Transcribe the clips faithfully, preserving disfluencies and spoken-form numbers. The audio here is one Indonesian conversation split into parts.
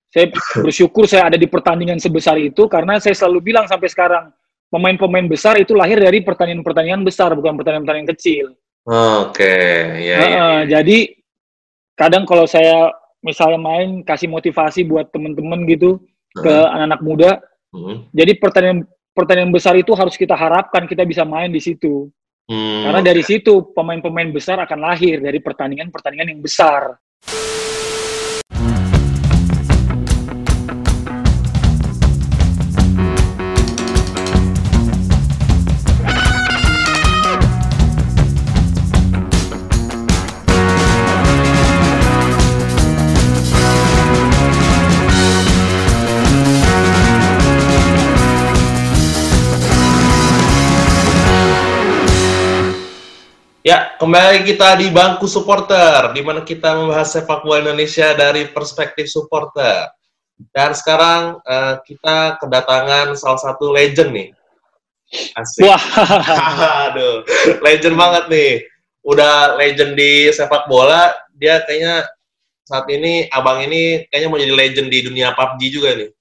Saya bersyukur saya ada di pertandingan sebesar itu karena saya selalu bilang sampai sekarang, pemain-pemain besar itu lahir dari pertandingan-pertandingan besar, bukan pertandingan-pertandingan kecil. Oke, ya, uh, ya, uh, ya. Jadi kadang kalau saya misalnya main kasih motivasi buat temen-temen gitu uh-huh. ke anak-anak muda, uh-huh. jadi pertandingan pertandingan besar itu harus kita harapkan kita bisa main di situ. Hmm, Karena okay. dari situ pemain-pemain besar akan lahir dari pertandingan-pertandingan yang besar. Ya, kembali kita di Bangku Supporter, di mana kita membahas sepak bola Indonesia dari perspektif supporter. Dan sekarang uh, kita kedatangan salah satu legend nih. Asik. Wah. Aduh, legend banget nih. Udah legend di sepak bola, dia kayaknya saat ini, abang ini kayaknya mau jadi legend di dunia P U B G juga nih.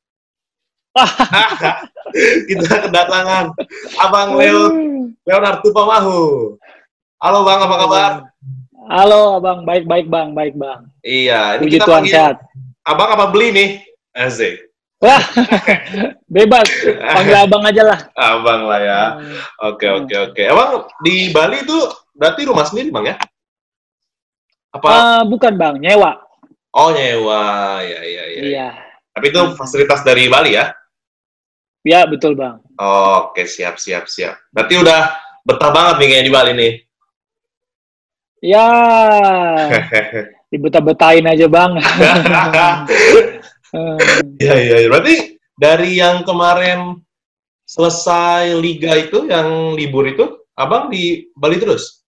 Kita kedatangan Abang Leo, Leonard Tupamahu. Halo Bang, apa kabar? Halo Abang, baik-baik Bang, baik Bang. Iya, ini Puji kita Tuhan panggil sehat. Abang apa beli nih? Asik. Wah, bebas, panggil Abang aja lah. Abang lah ya. Oke, oke, oke. Abang di Bali tuh berarti rumah sendiri Bang ya? Apa? Uh, bukan Bang, nyewa. Oh nyewa, ya, ya, ya. Iya. Tapi itu fasilitas dari Bali ya? Iya, betul Bang. Oke, siap, siap, siap. Berarti udah betah banget nih kayaknya di Bali nih. Ya, dibetah-betahin aja Bang. Iya, iya. Berarti dari yang kemarin selesai liga itu, yang libur itu, Abang di Bali terus?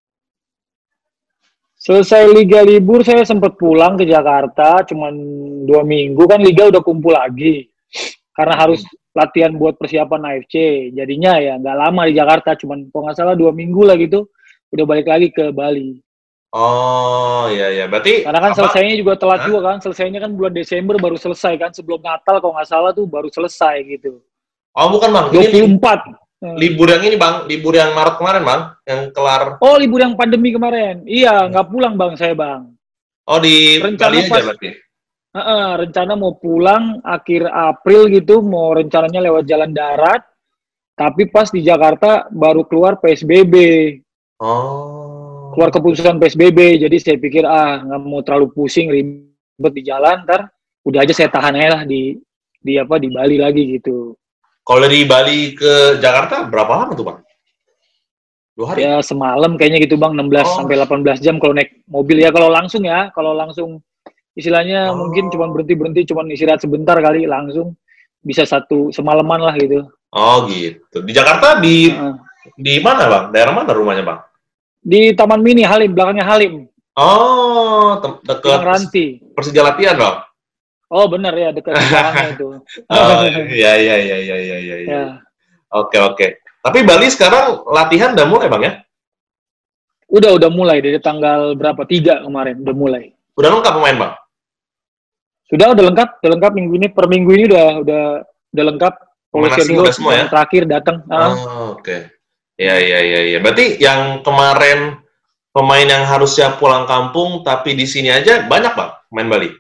Selesai liga libur, saya sempat pulang ke Jakarta, cuman dua minggu, kan liga udah kumpul lagi. Karena hmm. harus latihan buat persiapan A F C. Jadinya ya nggak lama di Jakarta, cuman kalau nggak salah dua minggu lah gitu, udah balik lagi ke Bali. Oh, iya, iya. Berarti... Karena kan apa? Selesainya juga telat Hah? juga kan. Selesainya kan bulan Desember baru selesai kan. Sebelum Natal kalau nggak salah tuh baru selesai gitu. Oh, bukan Bang. dua puluh empat. Ini libur yang ini Bang. Libur yang Maret kemarin Bang. Yang kelar. Oh, libur yang pandemi kemarin. Iya, nggak pulang Bang saya Bang. Oh, di rencana Bali pas, aja berarti? Uh, rencana mau pulang akhir April gitu. Mau rencananya lewat jalan darat. Tapi pas di Jakarta baru keluar P S B B. Oh. Keluar keputusan P S B B, jadi saya pikir ah nggak mau terlalu pusing ribet di jalan, ntar udah aja saya tahan aja lah di di apa di Bali lagi gitu. Kalau dari Bali ke Jakarta berapa lama tuh Bang? Dua hari? Ya semalam kayaknya gitu Bang, enam belas oh. sampai delapan belas jam kalau naik mobil ya. Kalau langsung ya, kalau langsung istilahnya oh. mungkin cuma berhenti berhenti, cuma istirahat sebentar kali, langsung bisa satu semalaman lah gitu. Oh gitu. Di Jakarta di uh. di mana Bang? Daerah mana rumahnya Bang? Di Taman Mini Halim, belakangnya Halim. Oh, dekat Ranti. Persija Latihan, Bang. Oh, benar ya, dekat belakangnya itu. Oh, iya iya iya iya iya iya. Ya. Oke, oke. Tapi Bali sekarang latihan udah mulai, Bang ya? Udah, udah mulai dari tanggal berapa? tiga kemarin udah mulai. Udah lengkap pemain, Bang? Sudah, udah lengkap, udah lengkap minggu ini, per minggu ini udah udah udah lengkap. Pemain asing udah semua ya? Terakhir datang. Oh, oke. Okay. Ya, ya, ya, ya. Berarti yang kemarin pemain yang harusnya pulang kampung, tapi di sini aja banyak Bang, main Bali?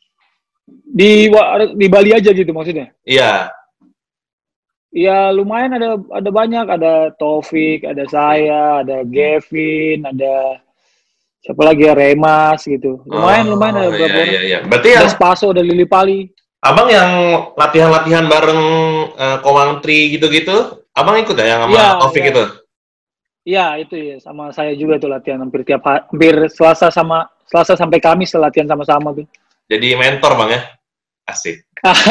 Di di Bali aja gitu maksudnya? Iya. Ya lumayan ada ada banyak, ada Taufik, ada saya, ada Gavin, ada siapa lagi ya, Remas gitu. Lumayan, oh, lumayan ada beberapa iya, orang. Iya, iya. Berarti ada yang Spaso, ada Lili Pali. Abang yang latihan-latihan bareng uh, Komang Tri gitu-gitu, Abang ikut ya yang sama ya, Taufik ya. Itu? Iya, itu ya, sama saya juga tuh latihan hampir tiap hari, hampir Selasa sama Selasa sampai Kamis latihan sama-sama tuh. Jadi mentor Bang ya? Asik.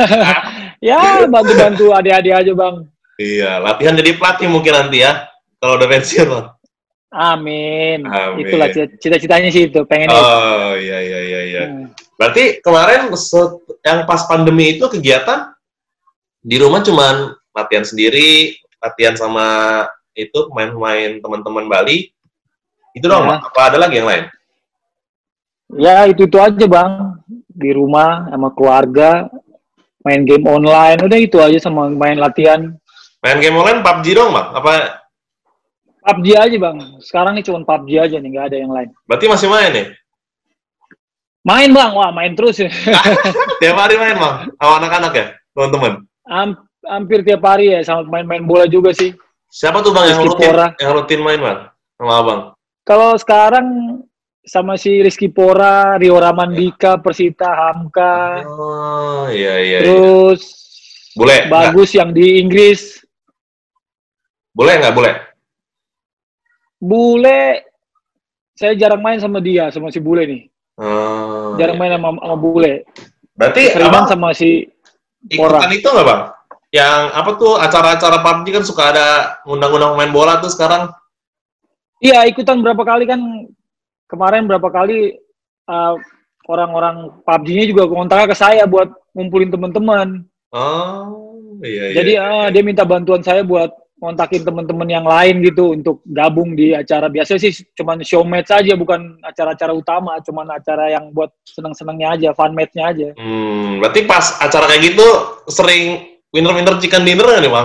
Ya, bantu-bantu adik-adik aja Bang. Iya, latihan jadi pelatih mungkin nanti ya, kalau udah pensiun Bang. Amin. Amin. Itulah cita-citanya sih itu, pengen. Oh, iya, iya, iya, iya. Hmm. Berarti kemarin yang pas pandemi itu kegiatan di rumah cuman latihan sendiri, latihan sama itu pemain-pemain teman-teman Bali. Itu dong, ya. Apa ada lagi yang lain? Ya, itu-itu aja Bang. Di rumah sama keluarga. main game online, udah itu aja sama main latihan. Main game online P U B G dong bang? Apa? P U B G aja bang. Sekarang nih cuma P U B G aja nih, nggak ada yang lain. Berarti masih main nih? Main bang, wah main terus ya. Tiap hari main bang? Sama anak-anak ya, teman-teman? Hampir tiap hari ya, sama main-main bola juga sih. Siapa tuh bang yang rutin, yang rutin main bang? Sama abang? Kalau sekarang sama si Rizky Pora, Rio Ramandika, Persita, Hamka. Oh iya iya. Terus iya. Bule, bagus enggak? Yang di Inggris. Bule nggak bule? Bule, saya jarang main sama dia, sama si Bule nih. Oh, jarang iya. main sama, sama Bule. Berarti abang sama si Pora. Ikutan itu nggak bang? Yang apa tuh acara-acara P U B G kan suka ada undang-undang main bola tuh sekarang? Iya, ikutan berapa kali kan. Kemarin berapa kali uh, orang-orang P U B G-nya juga kontak ke saya buat ngumpulin teman-teman. Oh, iya iya. Jadi iya, uh, iya. dia minta bantuan saya buat kontakin teman-teman yang lain gitu untuk gabung di acara. Biasanya sih cuman show match aja, bukan acara-acara utama, cuman acara yang buat seneng-senengnya aja, fun match-nya aja. Hmm, berarti pas acara kayak gitu sering winner-winner chicken dinner nggak nih bang?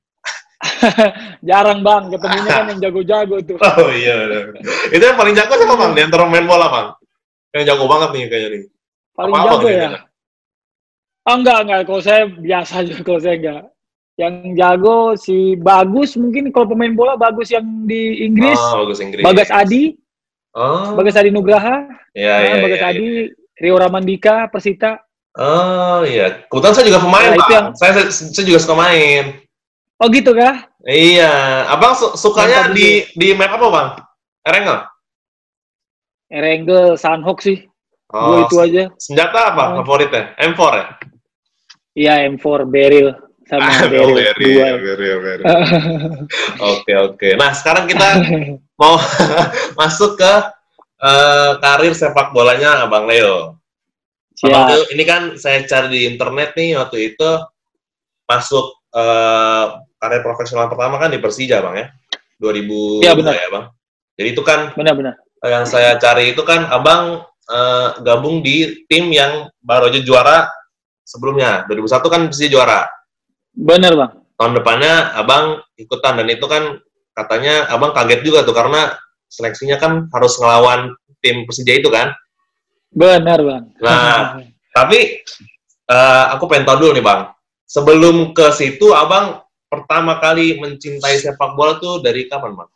Jarang bang, ketemunya kan yang jago-jago tuh. Oh iya, itu yang paling jago siapa bang? Di antara main bola bang? Yang jago banget nih kayaknya nih. Paling apa jago ya? Ah, enggak, enggak. Kalau saya biasa aja, kalau saya enggak. Yang jago si Bagus, mungkin kalau pemain bola Bagus yang di Inggris. Oh, Bagus Inggris. Bagas Adi. Oh. Bagas Adi Nugraha. Iya, nah, iya, Bagas iya, Adi, iya. Rio Ramandika, Persita. Oh iya, kebetulan saya juga pemain nah, Pak. Yang... Saya, saya juga suka main. Oh gitu kah? Iya, abang su sukanya di itu. Di map apa bang? Erangel? Erangel, Sunhawk sih. Oh, Dua itu aja. Senjata apa oh. favoritnya? M four ya? Iya M four, Beryl sama ah, Beryl. Beryl, Beryl, Beryl. Oke oke. Nah sekarang kita mau masuk ke uh, karir sepak bolanya Abang Leo. Abang Leo ini kan saya cari di internet nih waktu itu masuk uh, karir profesional pertama kan di Persija bang ya, dua ribu ya, benar. ya bang. Jadi itu kan benar-benar yang saya cari itu kan abang uh, gabung di tim yang baru aja juara sebelumnya, dua ribu satu kan Persija juara. Benar bang. Tahun depannya abang ikutan dan itu kan katanya abang kaget juga tuh karena seleksinya kan harus ngelawan tim Persija itu kan. Benar bang. Nah tapi uh, aku pengen tahu dulu nih bang. Sebelum ke situ, abang pertama kali mencintai sepak bola tuh dari kapan, bang?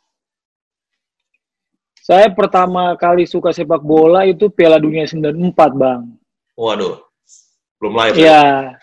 Saya pertama kali suka sepak bola itu Piala Dunia sembilan puluh empat, bang. Waduh, belum lahir. Iya.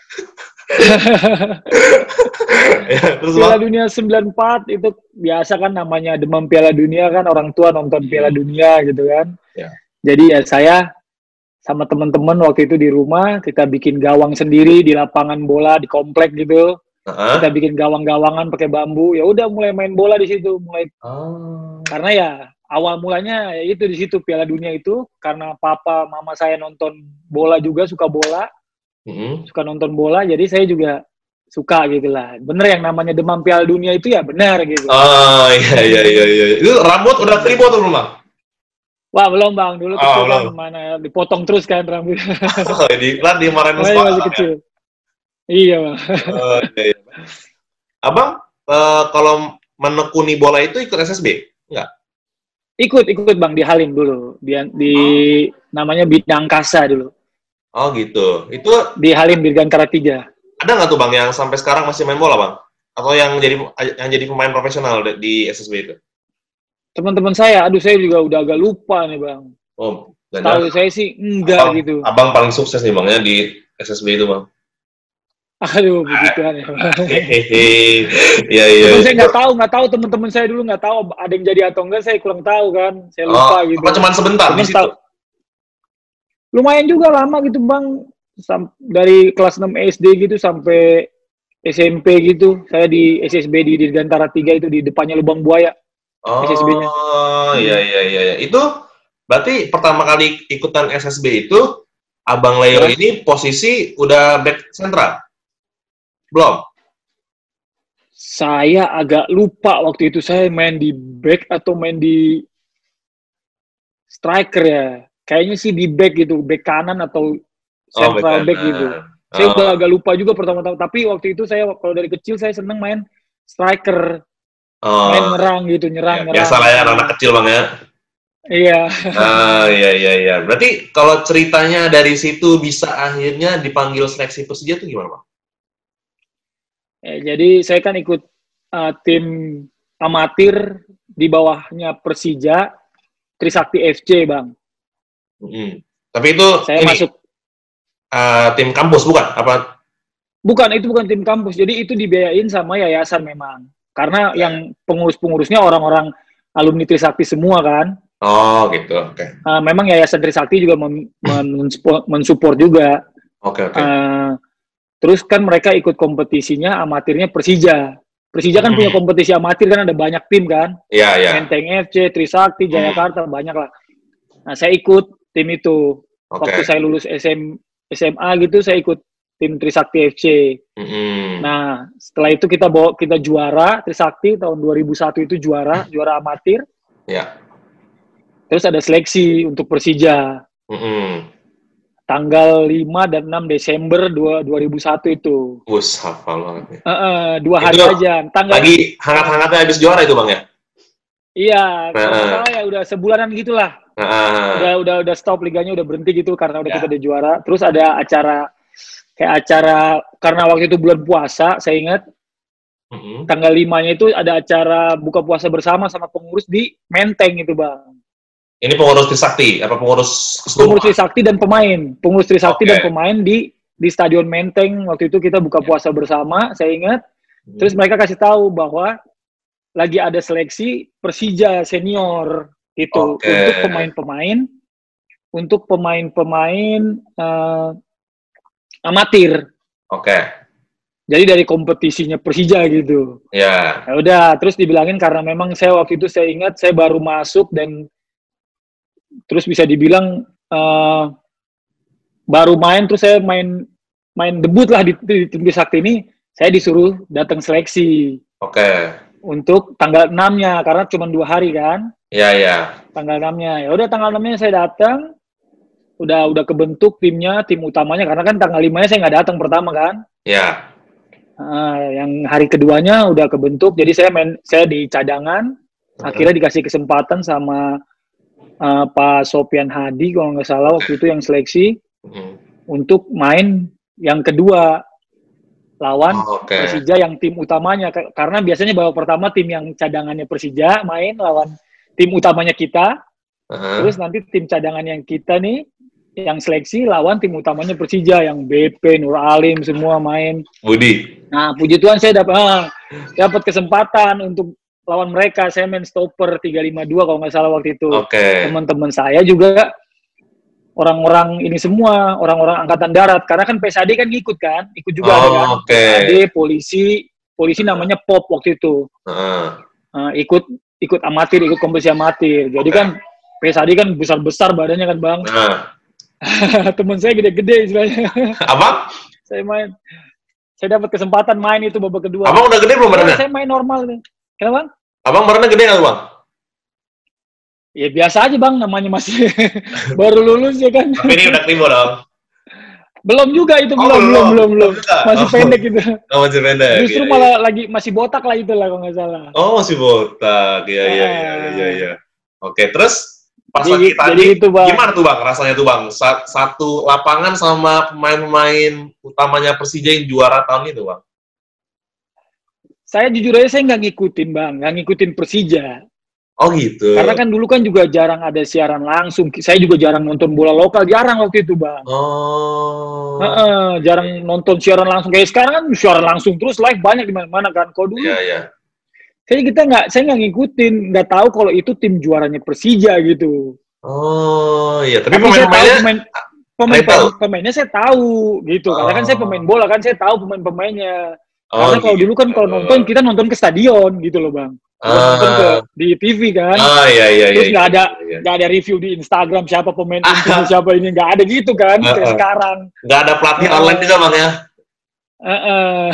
Ya, Piala bang? Dunia sembilan puluh empat itu biasa kan namanya demam Piala Dunia kan, orang tua nonton Piala Dunia gitu kan. Ya. Jadi ya saya sama teman-teman waktu itu di rumah, kita bikin gawang sendiri di lapangan bola di komplek gitu. Uh-huh. Kita bikin gawang-gawangan pakai bambu. Ya udah mulai main bola di situ, mulai. Oh. Karena ya awal mulanya ya itu di situ Piala Dunia itu karena papa mama saya nonton bola juga, suka bola. Uh-huh. Suka nonton bola, jadi saya juga suka gitu lah. Bener yang namanya demam Piala Dunia itu ya benar gitu. Oh iya iya iya iya. Itu rambut udah keribu atau belum, Bang? Wah belum bang, dulu kecil oh, kan mana dipotong terus kan rambut. Oh, di iklan di marahin sekolah masih kecil. Ya? Iya bang. Oh, iya, iya. Abang uh, kalau menekuni bola itu ikut S S B? Enggak? Ikut ikut bang di Halim dulu, di, di oh. namanya Bidang Kasa dulu. Oh gitu. Itu di Halim Dirgantara tiga. Ada nggak tuh bang yang sampai sekarang masih main bola bang? Atau yang jadi yang jadi pemain profesional di S S B itu? Teman-teman saya, aduh saya juga udah agak lupa nih bang. Oh, tahu saya sih enggak abang, gitu. Abang paling sukses nih bang ya di S S B itu bang. Aduh, begituan ya bang. Iya iya. Saya nggak tahu, nggak tahu teman-teman saya dulu nggak tahu ada yang jadi atau enggak, saya kurang tahu kan. Saya lupa oh, gitu. Apa cuma sebentar di situ? Tahu. Lumayan juga lama gitu bang. Sam dari kelas enam S D gitu sampai S M P gitu. Saya di S S B di Dirgantara tiga itu di depannya Lubang Buaya. Oh, iya, iya, iya, iya. Itu berarti pertama kali ikutan S S B itu, Abang Leo ya. Ini posisi udah back sentral? Belum? Saya agak lupa waktu itu saya main di back atau main di striker ya. Kayaknya sih di back gitu, back kanan atau central oh, back, back gitu. Saya uh. udah agak lupa juga pertama-tama. Tapi waktu itu saya kalau dari kecil saya seneng main striker, uh. main nyerang gitu, nyerang, ya, nyerang. Biasa lah ya anak-anak kecil bang ya. Iya. Ah iya iya iya. Berarti kalau ceritanya dari situ bisa akhirnya dipanggil seleksi Persija tuh gimana bang? Eh, jadi saya kan ikut uh, tim amatir di bawahnya Persija, Trisakti F C bang. Hmm. Tapi itu saya ini, masuk uh, tim kampus bukan? Apa? Bukan, itu bukan tim kampus. Jadi itu dibiayain sama yayasan memang. Karena ya. Yang pengurus-pengurusnya orang-orang alumni Trisakti semua kan. Oh gitu, oke. Okay. Uh, memang Yayasan Trisakti juga men mensupport, mensupport juga. Oke okay, oke. Okay. Uh, terus kan mereka ikut kompetisinya amatirnya Persija. Persija kan hmm. punya kompetisi amatir kan ada banyak tim kan. Iya yeah, iya. Yeah. Menteng F C, Trisakti, Jayakarta hmm. banyak lah. Nah saya ikut tim itu. Okay. Waktu saya lulus S M S M A gitu saya ikut tim Trisakti F C. Hmm. Nah setelah itu kita bawa kita juara Trisakti tahun dua ribu satu itu juara juara amatir. Iya. Yeah. Terus ada seleksi untuk Persija. Mm-hmm. Tanggal lima dan enam Desember dua ribu satu itu. Bus, hafal banget. Uh, uh, dua hari itu aja. Tanggal lagi hangat-hangatnya habis juara itu bang ya? Iya, kalau uh. salah ya udah sebulanan gitulah. Uh. Udah udah udah stop liganya, udah berhenti gitu karena udah yeah. kita udah juara. Terus ada acara kayak acara karena waktu itu bulan puasa, saya ingat. Mm-hmm. Tanggal limanya itu ada acara buka puasa bersama sama pengurus di Menteng itu bang. Ini pengurus Trisakti apa pengurus keseluruhan? Pengurus Trisakti dan pemain. Pengurus Trisakti okay. dan pemain di di Stadion Menteng waktu itu kita buka puasa bersama, saya ingat. Hmm. Terus mereka kasih tahu bahwa lagi ada seleksi Persija senior itu okay. untuk pemain-pemain untuk pemain-pemain uh, amatir. Oke. Okay. Jadi dari kompetisinya Persija gitu. Iya. Yeah. Ya udah, terus dibilangin karena memang saya waktu itu saya ingat saya baru masuk dan terus bisa dibilang uh, baru main, terus saya main main debut lah di, di tim Trisakti ini, saya disuruh datang seleksi. Oke. Okay. Untuk tanggal enam-nya, karena cuma dua hari kan. Iya, yeah, iya. Yeah. Tanggal enam-nya. Ya udah tanggal enam-nya saya datang, udah udah kebentuk timnya, tim utamanya, karena kan tanggal lima-nya saya nggak datang pertama kan. Iya. Yeah. Uh, yang hari keduanya udah kebentuk, jadi saya main, saya di cadangan, uh-huh. akhirnya dikasih kesempatan sama Uh, Pak Sofian Hadi kalau nggak salah waktu itu yang seleksi mm. untuk main yang kedua lawan oh, okay. Persija yang tim utamanya karena biasanya babak pertama tim yang cadangannya Persija main lawan tim utamanya kita uh-huh. terus nanti tim cadangan yang kita nih yang seleksi lawan tim utamanya Persija yang B P, Nur Alim semua main. Budi. Nah puji Tuhan saya dapat ah, dapat kesempatan untuk lawan mereka. Saya main stopper tiga lima dua kalau nggak salah waktu itu. Okay. Teman-teman saya juga orang-orang ini semua, orang-orang angkatan darat. Karena kan P S A D kan ngikut kan, ikut juga oh, kan. Okay. P S A D, polisi, polisi namanya Pop waktu itu. Uh. Uh, ikut ikut amatir, ikut kompetisi amatir. Jadi okay. kan P S A D kan besar-besar badannya kan bang. Uh. Temen saya gede-gede istilahnya. Apa? Saya main, saya dapat kesempatan main itu babak kedua. Abang udah gede belum badannya? Saya main normal nih. Kenapa bang? Abang badannya gede nggak bang? Ya biasa aja bang, namanya masih baru lulus ya kan. Tapi ini udah krimo dong? Belum juga itu, oh, belum, belum, belum, belum. Masih oh. pendek gitu. Oh masih pendek. Justru ya, malah ya. lagi masih botak lah itu lah kalau nggak salah. Oh masih botak, ya ya ya ya ya. Oke, terus pas jadi, lagi tadi itu, gimana tuh bang rasanya tuh bang? Satu lapangan sama pemain-pemain utamanya Persija yang juara tahun itu bang? Saya jujur aja saya nggak ngikutin bang, nggak ngikutin Persija. Oh gitu. Karena kan dulu kan juga jarang ada siaran langsung. Saya juga jarang nonton bola lokal, jarang waktu itu bang. Oh. He-he, jarang nonton siaran langsung kayak sekarang kan siaran langsung terus live banyak di mana-mana kan. Kalau dulu, yeah, yeah. saya kita nggak, saya nggak ngikutin, nggak tahu kalau itu tim juaranya Persija gitu. Oh iya, tapi, tapi pemain-pemainnya pemain, pemain, pemain, pemainnya saya tahu gitu. Oh. Karena kan saya pemain bola kan, saya tahu pemain-pemainnya. Oh, karena kalau gitu. Dulu kan kalau nonton kita nonton ke stadion gitu loh bang, uh, nonton ke di T V kan. Oh iya iya. Terus nggak iya, ada iya, nggak iya. ada review di Instagram siapa pemain inti siapa ini nggak ada gitu kan uh, kayak uh. sekarang. Nggak ada pelatih uh, online juga bang ya. Uh, uh.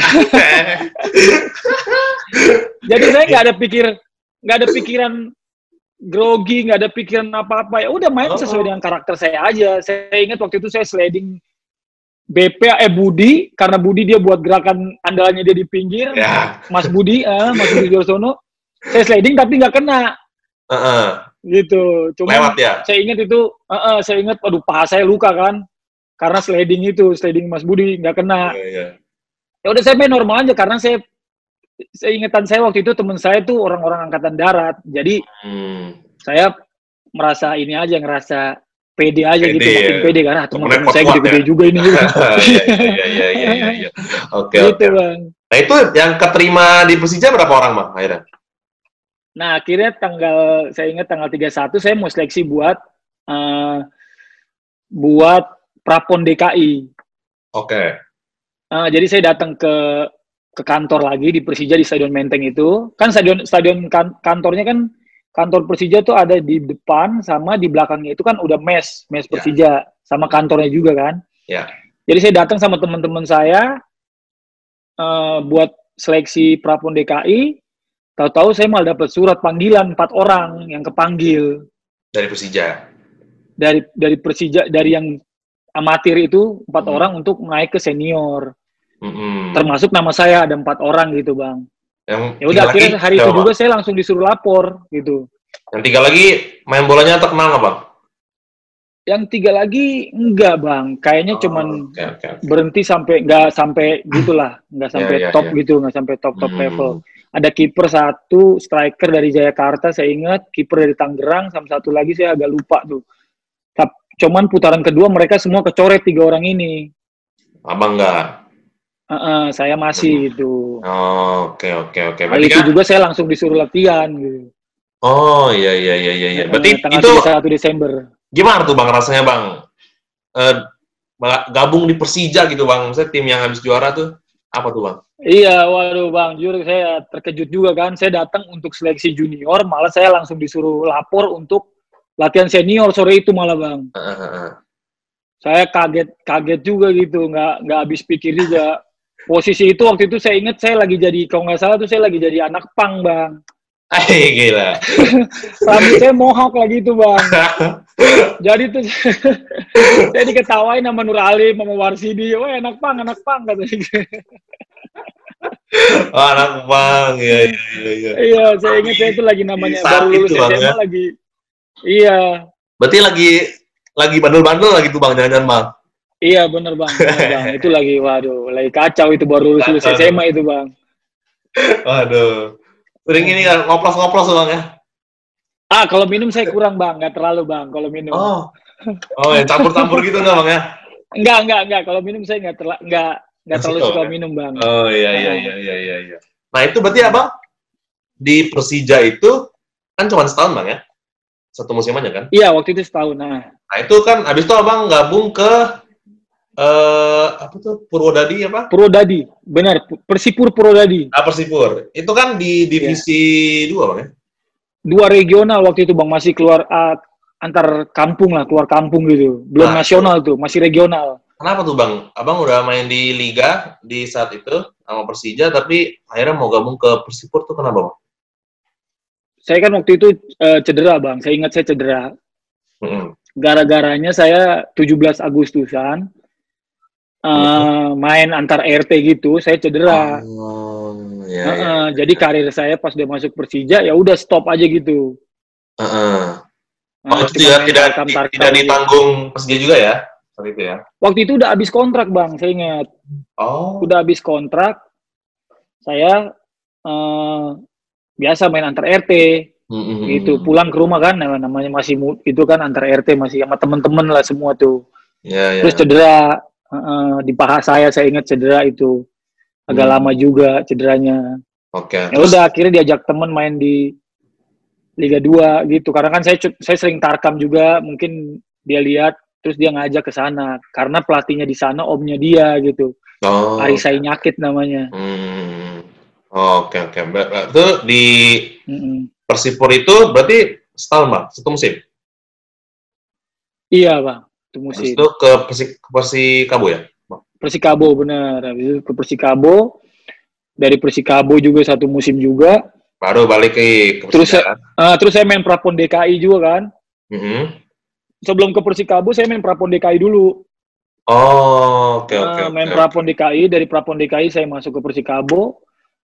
Jadi saya nggak ada pikir nggak ada pikiran grogi, nggak ada pikiran apa-apa ya udah main oh. sesuai dengan karakter saya aja. Saya ingat waktu itu saya sliding B P eh Budi, karena Budi dia buat gerakan andalannya dia di pinggir, ya. Mas Budi, uh, Mas Budi Jorsono, saya sliding tapi nggak kena. Uh-uh. Gitu. Cuma lewat ya? Saya ingat itu, uh, uh, saya ingat, aduh paha saya luka kan, karena sliding itu, sliding Mas Budi nggak kena. Yeah, yeah. Ya udah saya main normal aja karena saya, saya ingatan saya waktu itu teman saya tuh orang-orang angkatan darat, jadi hmm. saya merasa ini aja, ngerasa pede aja pede, gitu, makin ya. Pede karena teman-teman saya gede-gede ya? Juga ini. Iya iya iya iya iya. Oke oke. Nah itu yang keterima di Persija berapa orang Bang akhirnya? Nah akhirnya tanggal, saya ingat tanggal tiga puluh satu saya mau seleksi buat uh, buat Prapon D K I. Oke. Okay. Uh, jadi saya datang ke ke kantor lagi di Persija di Stadion Menteng itu. Kan stadion stadion kan, kantornya kan kantor Persija tuh ada di depan sama di belakangnya itu kan udah mes, mes Persija yeah. sama kantornya juga kan. Yeah. Jadi saya datang sama teman-teman saya uh, buat seleksi Prapon D K I. Tahu-tahu saya malah dapat surat panggilan empat orang yang kepanggil dari Persija. Dari dari Persija dari yang amatir itu empat hmm. orang untuk naik ke senior. Hmm. Termasuk nama saya ada empat orang gitu bang. Ya udah akhirnya hari itu juga saya langsung disuruh lapor gitu. Yang tiga lagi main bolanya terkenal nggak bang? Yang tiga lagi enggak bang, kayaknya oh, cuman okay, okay, okay. berhenti sampai nggak sampai gitulah, nggak sampai yeah, yeah, top yeah. gitu, nggak sampai top top hmm. level. Ada kiper satu, striker dari Jayakarta saya ingat, kiper dari Tangerang, sama satu lagi saya agak lupa tuh. Tapi cuman putaran kedua mereka semua kecoret tiga orang ini. Abang nggak? Uh, uh, saya masih gitu. Oh, oke oke oke. Kali itu juga saya langsung disuruh latihan gitu. Oh iya iya iya iya. Berarti uh, tanggal itu tiga puluh satu Desember. Gimana tuh bang rasanya bang? Uh, gabung di Persija gitu bang. Maksudnya tim yang habis juara tuh apa tuh bang? Iya, waduh bang, jujur saya terkejut juga kan. Saya datang untuk seleksi junior, malah saya langsung disuruh lapor untuk latihan senior sore itu malah bang. Uh, uh, uh. Saya kaget kaget juga gitu, nggak nggak habis pikir juga. Posisi itu waktu itu saya ingat saya lagi jadi, kalau nggak salah tuh saya lagi jadi anak pang bang. Eh gila. Rambut saya mohawk lagi itu bang. Jadi tuh saya diketawain sama Nur Ali, sama Warsidi. Wah anak pang, anak pang katanya. Oh anak pang, ya iya iya. Iya saya ingat saya itu lagi namanya baru lulus S M A ya? Lagi. Iya. Berarti lagi lagi bandel-bandel lagi tuh bang, jangan-jangan bang. Iya bener bang, bener bang. Itu lagi, waduh, lagi kacau itu baru lulus S M A itu bang. Waduh, sering ini kan ngoplos-ngoplos bang ya? Ah kalau minum saya kurang bang, nggak terlalu bang kalau minum. Oh, oh ya campur-campur gitu nggak bang ya? Enggak enggak enggak, kalau minum saya nggak terlalu nggak nggak terlalu suka ya? Minum bang. Oh iya iya iya iya iya. iya. Nah itu berarti abang di Persija itu kan cuma setahun bang ya? Satu musim aja kan? Iya waktu itu setahun. Nah, nah itu kan abis itu abang gabung ke Uh, apa tuh Purwodadi apa? Purwodadi, benar. Persipur Purwodadi. Ah Persipur. Itu kan di divisi dua yeah. bang ya? Dua regional waktu itu bang, masih keluar uh, antar kampung lah, keluar kampung gitu. Belum nah, nasional tuh, masih regional. Kenapa tuh bang? Abang udah main di Liga di saat itu sama Persija, tapi akhirnya mau gabung ke Persipur tuh kenapa bang? Saya kan waktu itu uh, cedera bang, saya ingat saya cedera. Mm-hmm. Gara-garanya saya tujuh belas Agustusan. Uh, main antar R T gitu, saya cedera. Oh, ya, uh, uh, ya. Jadi karir saya pas dia masuk Persija ya udah stop aja gitu. Uh, uh. Oh, uh, itu tidak tidak, tidak ditanggung Persija juga ya? Seperti itu ya. Waktu itu udah habis kontrak bang, saya ingat. Oh. Udah habis kontrak, saya uh, biasa main antar R T. Mm-hmm. Gitu, pulang ke rumah kan, namanya masih itu kan antar R T masih sama temen-temen lah semua tuh. Yeah, yeah. Terus cedera. Uh, di paha saya saya ingat cedera itu agak hmm. lama juga cederanya. Oke. Okay. Ya udah akhirnya diajak temen main di Liga dua gitu. Karena kan saya saya sering tarkam juga, mungkin dia lihat terus dia ngajak ke sana karena pelatihnya di sana omnya dia gitu. Oh. Arisai Nyakit namanya. Hmm. Oke oke. Itu di mm-mm. Persipur itu berarti setahun bang, satu musim. Iya bang. Musim. Itu ke Persi, ke Persikabo ya? Persikabo benar. Habis itu ke Persikabo. Dari Persikabo juga satu musim juga. Baru balik ke, ke terus saya, uh, terus saya main Prapon D K I juga kan. Mm-hmm. Sebelum ke Persikabo saya main Prapon D K I dulu. Oh, oke okay, oke. Okay, uh, main okay, Prapon okay. D K I, dari Prapon D K I saya masuk ke Persikabo.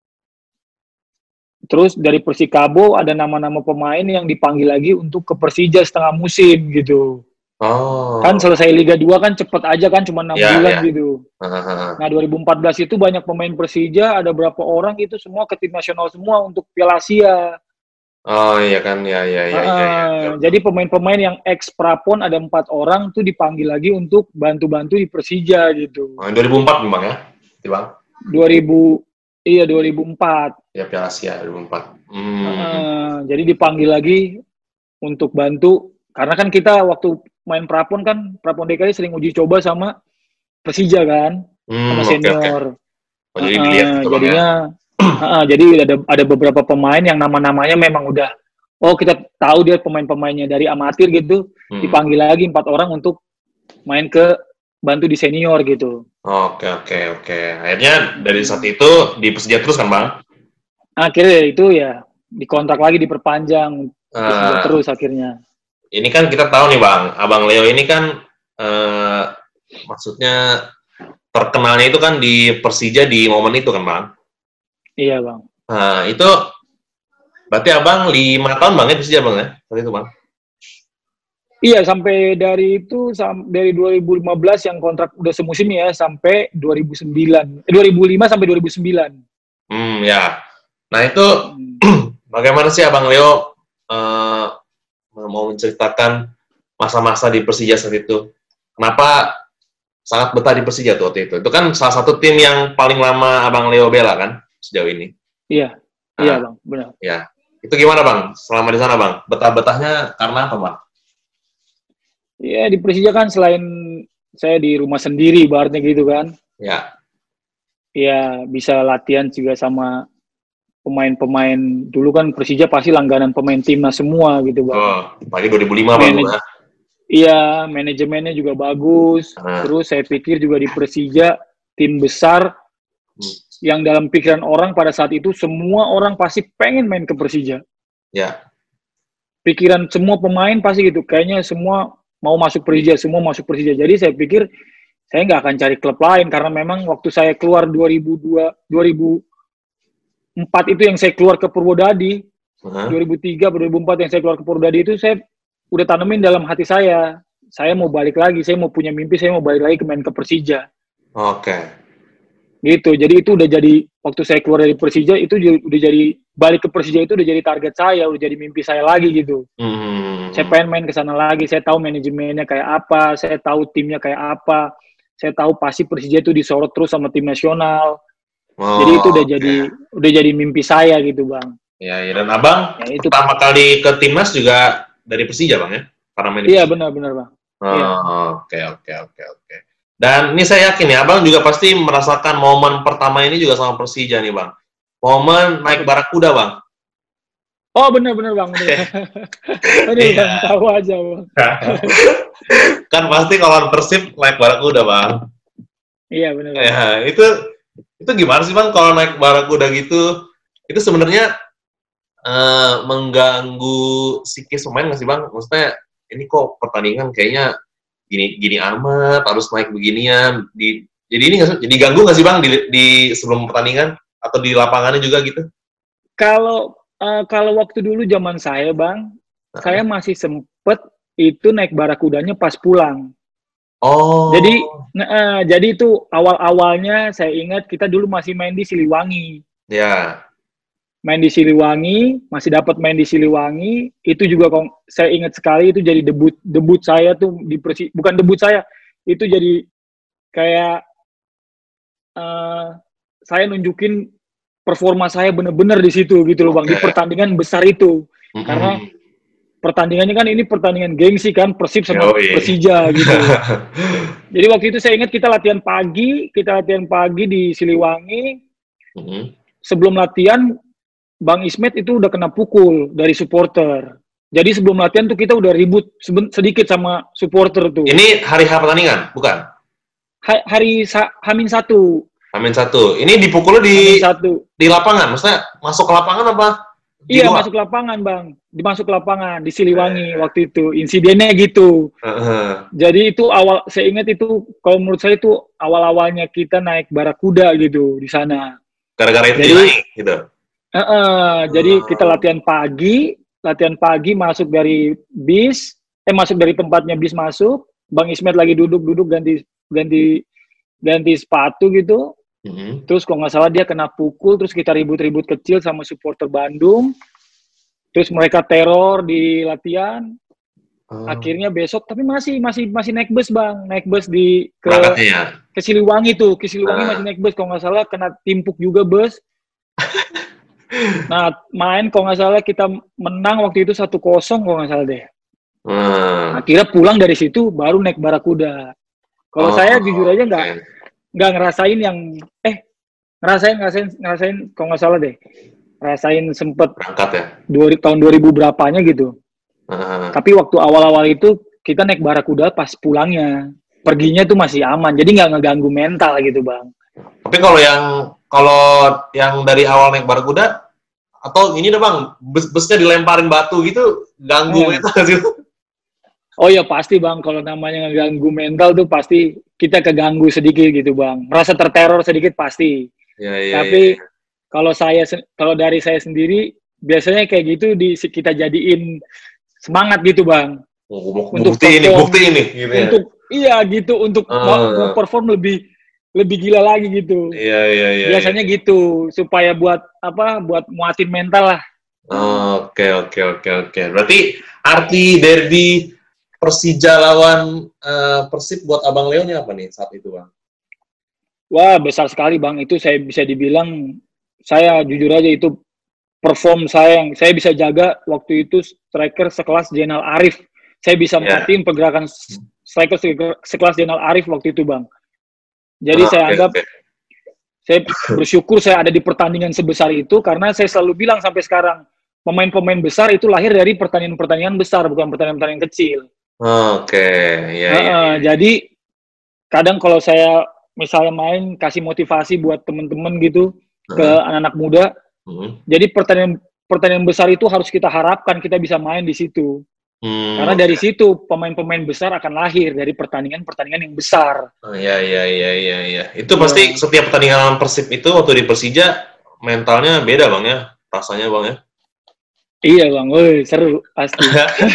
Terus dari Persikabo ada nama-nama pemain yang dipanggil lagi untuk ke Persija setengah musim gitu. Oh. Kan selesai Liga dua kan cepet aja kan, cuma enam yeah, bulan yeah. gitu. Uh-huh. Nah dua ribu empat belas itu banyak pemain Persija, ada berapa orang itu semua ke tim nasional semua untuk Piala Asia. Oh iya kan, ya ya ya. Uh, ya, ya, ya. Jadi pemain-pemain yang ex Prapon ada empat orang tuh dipanggil lagi untuk bantu-bantu di Persija gitu. Oh, dua ribu empat memang ya, Bang? dua ribu iya dua ribu empat. Ya Piala Asia dua ribu empat. Hmm. Uh, jadi dipanggil lagi untuk bantu karena kan kita waktu main Prapon kan Prapon D K I sering uji coba sama Persija kan, hmm, sama senior. Okay, okay. Oh, jadi uh, dilihat gitu jadinya ya? uh, jadi ada ada beberapa pemain yang nama-namanya memang udah oh kita tahu dia pemain-pemainnya dari amatir gitu, hmm. dipanggil lagi empat orang untuk main ke bantu di senior gitu. Oke oke oke. Akhirnya dari saat itu di Persija terus kan Bang? Akhirnya itu ya dikontrak lagi, diperpanjang Persija uh, terus akhirnya. Ini kan kita tahu nih Bang, Abang Leo ini kan uh, maksudnya terkenalnya itu kan di Persija di momen itu kan Bang? Iya Bang. Nah itu berarti Abang lima tahun Bang ya Persija Bang ya? Saat itu Bang? Iya, sampai dari itu, dari dua ribu lima belas yang kontrak udah semusim ya, sampai dua ribu sembilan. Eh, dua ribu lima sampai dua ribu sembilan. Hmm, ya. Nah itu, hmm. bagaimana sih Abang Leo uh, mau menceritakan masa-masa di Persija saat itu? Kenapa sangat betah di Persija tuh waktu itu? Itu kan salah satu tim yang paling lama Abang Leo bela kan, sejauh ini? Iya, nah, iya Bang, benar. Ya. Itu gimana Bang, selama di sana Bang? Betah-betahnya karena apa Bang? Ya di Persija kan selain saya di rumah sendiri, ibaratnya gitu kan. Ya. Ya bisa latihan juga sama pemain-pemain. Dulu kan Persija pasti langganan pemain timnas semua gitu Bang. Oh, pagi dua ribu lima Bang. Manaj- iya, manajemennya juga bagus. Hmm. Terus saya pikir juga di Persija tim besar hmm. yang dalam pikiran orang pada saat itu semua orang pasti pengen main ke Persija. Ya. Pikiran semua pemain pasti gitu. Kayaknya semua mau masuk Persija, semua masuk Persija. Jadi saya pikir saya nggak akan cari klub lain karena memang waktu saya keluar dua ribu dua, dua ribu empat itu yang saya keluar ke Purwodadi, uh-huh. dua ribu tiga, dua ribu empat yang saya keluar ke Purwodadi itu saya udah tanemin dalam hati saya, saya mau balik lagi, saya mau punya mimpi, saya mau balik lagi ke main ke Persija. Oke. Okay. Gitu, jadi itu udah jadi waktu saya keluar dari Persija itu udah jadi balik ke Persija itu udah jadi target saya, udah jadi mimpi saya lagi gitu. Hmm. Saya pengen main ke sana lagi, saya tahu manajemennya kayak apa, saya tahu timnya kayak apa, saya tahu pasti Persija itu disorot terus sama tim nasional. Oh, jadi itu udah okay. jadi udah jadi mimpi saya gitu Bang. Ya, ya. Dan Abang ya, itu pertama kali ke timnas juga dari Persija Bang ya? Karena main iya benar-benar Bang. Oke oke oke oke. Dan ini saya yakin ya Abang juga pasti merasakan momen pertama ini juga sama Persija nih Bang. Momen naik Barakuda Bang. Oh benar-benar Bang. Aduh iya. Bang, tahu aja Bang. Kan pasti kalau Persib naik Barakuda Bang. Iya benar. Ya itu itu gimana sih Bang kalau naik Barakuda gitu? Itu sebenarnya uh, mengganggu psikis pemain nggak sih Bang? Maksudnya ini kok pertandingan kayaknya gini gini amat harus naik beginian. Di, jadi ini nggak jadi ganggu nggak sih Bang di, di sebelum pertandingan atau di lapangannya juga gitu? Kalau Uh, kalau waktu dulu zaman saya Bang, uh-huh. saya masih sempet itu naik Barakudanya pas pulang. Oh. Jadi, uh, jadi itu awal-awalnya saya ingat kita dulu masih main di Siliwangi. Ya. Yeah. Main di Siliwangi, masih dapat main di Siliwangi. Itu juga kong, saya ingat sekali itu jadi debut debut saya tuh di Persi, bukan debut saya, itu jadi kayak uh, saya nunjukin performa saya benar-benar di situ gitu loh Bang, okay. di pertandingan besar itu. Mm-hmm. Karena pertandingannya kan ini pertandingan gengsi kan, Persib sama Yoi. Persija gitu. Jadi waktu itu saya ingat kita latihan pagi, kita latihan pagi di Siliwangi. Mm-hmm. Sebelum latihan, Bang Ismet itu udah kena pukul dari supporter. Jadi sebelum latihan tuh kita udah ribut sedikit sama supporter tuh. Ini hari H pertandingan, bukan? Ha- hari sa- Hamin satu. Hamin satu. Ini dipukulnya di di lapangan, maksudnya masuk ke lapangan apa Iya, masuk lapangan, Bang. Dimasuk lapangan di Siliwangi uh, waktu itu. Insidennya gitu. Uh-huh. Jadi itu awal, saya ingat itu, kalau menurut saya itu awal-awalnya kita naik Barakuda gitu di sana. Gara-gara itu naik gitu? Uh, uh, uh. Jadi kita latihan pagi, latihan pagi masuk dari bis, eh masuk dari tempatnya bis masuk, Bang Ismet lagi duduk-duduk ganti ganti ganti sepatu gitu. Mm-hmm. Terus kalau nggak salah dia kena pukul, terus kita ribut-ribut kecil sama supporter Bandung. Terus mereka teror di latihan. Oh. Akhirnya besok, tapi masih masih masih naik bus, Bang, naik bus di ke ya? ke Siliwangi tuh, ke Siliwangi uh. masih naik bus. Kalau nggak salah kena timpuk juga bus. Nah, main kalau nggak salah kita menang waktu itu satu kosong kalau nggak salah deh. Uh. Akhirnya pulang dari situ baru naik Barakuda. Kalau oh, saya jujur aja nggak okay. nggak ngerasain yang eh ngerasain ngerasain ngerasain kalau nggak salah deh, ngerasain sempet berangkat ya dua, tahun dua ribu berapanya gitu. Uh. Tapi waktu awal-awal itu kita naik Barakuda pas pulangnya, perginya tuh masih aman, jadi nggak ngeganggu mental gitu, Bang. Tapi kalau yang kalau yang dari awal naik Barakuda atau ini deh, Bang, bus-busnya dilemparin batu gitu, ganggu hmm. mental gitu. Oh ya pasti, Bang, kalau namanya ngeganggu mental tuh pasti kita keganggu sedikit gitu, Bang. Merasa terteror sedikit pasti. Ya, ya, Tapi ya, ya. kalau saya kalau dari saya sendiri biasanya kayak gitu di kita jadiin semangat gitu, Bang. Oh, untuk bukti ini, bukti ini gitu ya. Untuk iya gitu untuk uh. perform lebih lebih gila lagi gitu. Iya, iya, iya. Biasanya ya. gitu supaya buat apa? Buat muatin mental lah. Oke, oke, oke, oke. Berarti arti derby Persija lawan uh, Persib buat Abang Leonya apa nih saat itu, Bang? Wah, besar sekali, Bang. Itu saya bisa dibilang, saya jujur aja itu perform saya yang saya bisa jaga waktu itu striker sekelas Zainal Arif. Saya bisa yeah. merhatiin pergerakan striker sekelas Zainal Arif waktu itu, Bang. Jadi oh, saya okay, anggap, okay. saya bersyukur saya ada di pertandingan sebesar itu, karena saya selalu bilang sampai sekarang, pemain-pemain besar itu lahir dari pertandingan-pertandingan besar, bukan pertandingan-pertandingan kecil. Oke, okay. ya, uh, ya, ya. Jadi kadang kalau saya misalnya main kasih motivasi buat temen-temen gitu uh. ke anak-anak muda, uh. jadi pertandingan pertandingan besar itu harus kita harapkan kita bisa main di situ, hmm, karena dari okay. situ pemain-pemain besar akan lahir dari pertandingan-pertandingan yang besar. Oh, ya, ya, ya, ya, ya. Itu ya. Pasti setiap pertandingan Persib itu waktu di Persija mentalnya beda, Bang ya, rasanya, Bang ya. Iya, Bang, woi seru pasti.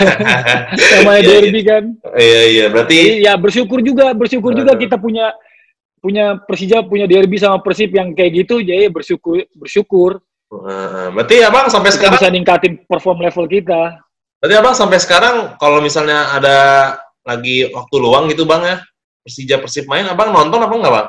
Namanya derby kan. Iya, iya, berarti jadi, ya bersyukur juga, bersyukur uh, juga kita punya punya Persija punya derby sama Persib yang kayak gitu, jadi bersyukur, bersyukur. Uh, berarti Abang sampai kita sekarang bisa ningkatin perform level kita. Berarti Abang sampai sekarang kalau misalnya ada lagi waktu luang gitu, Bang ya, Persija Persib main, Abang nonton apa enggak, Bang?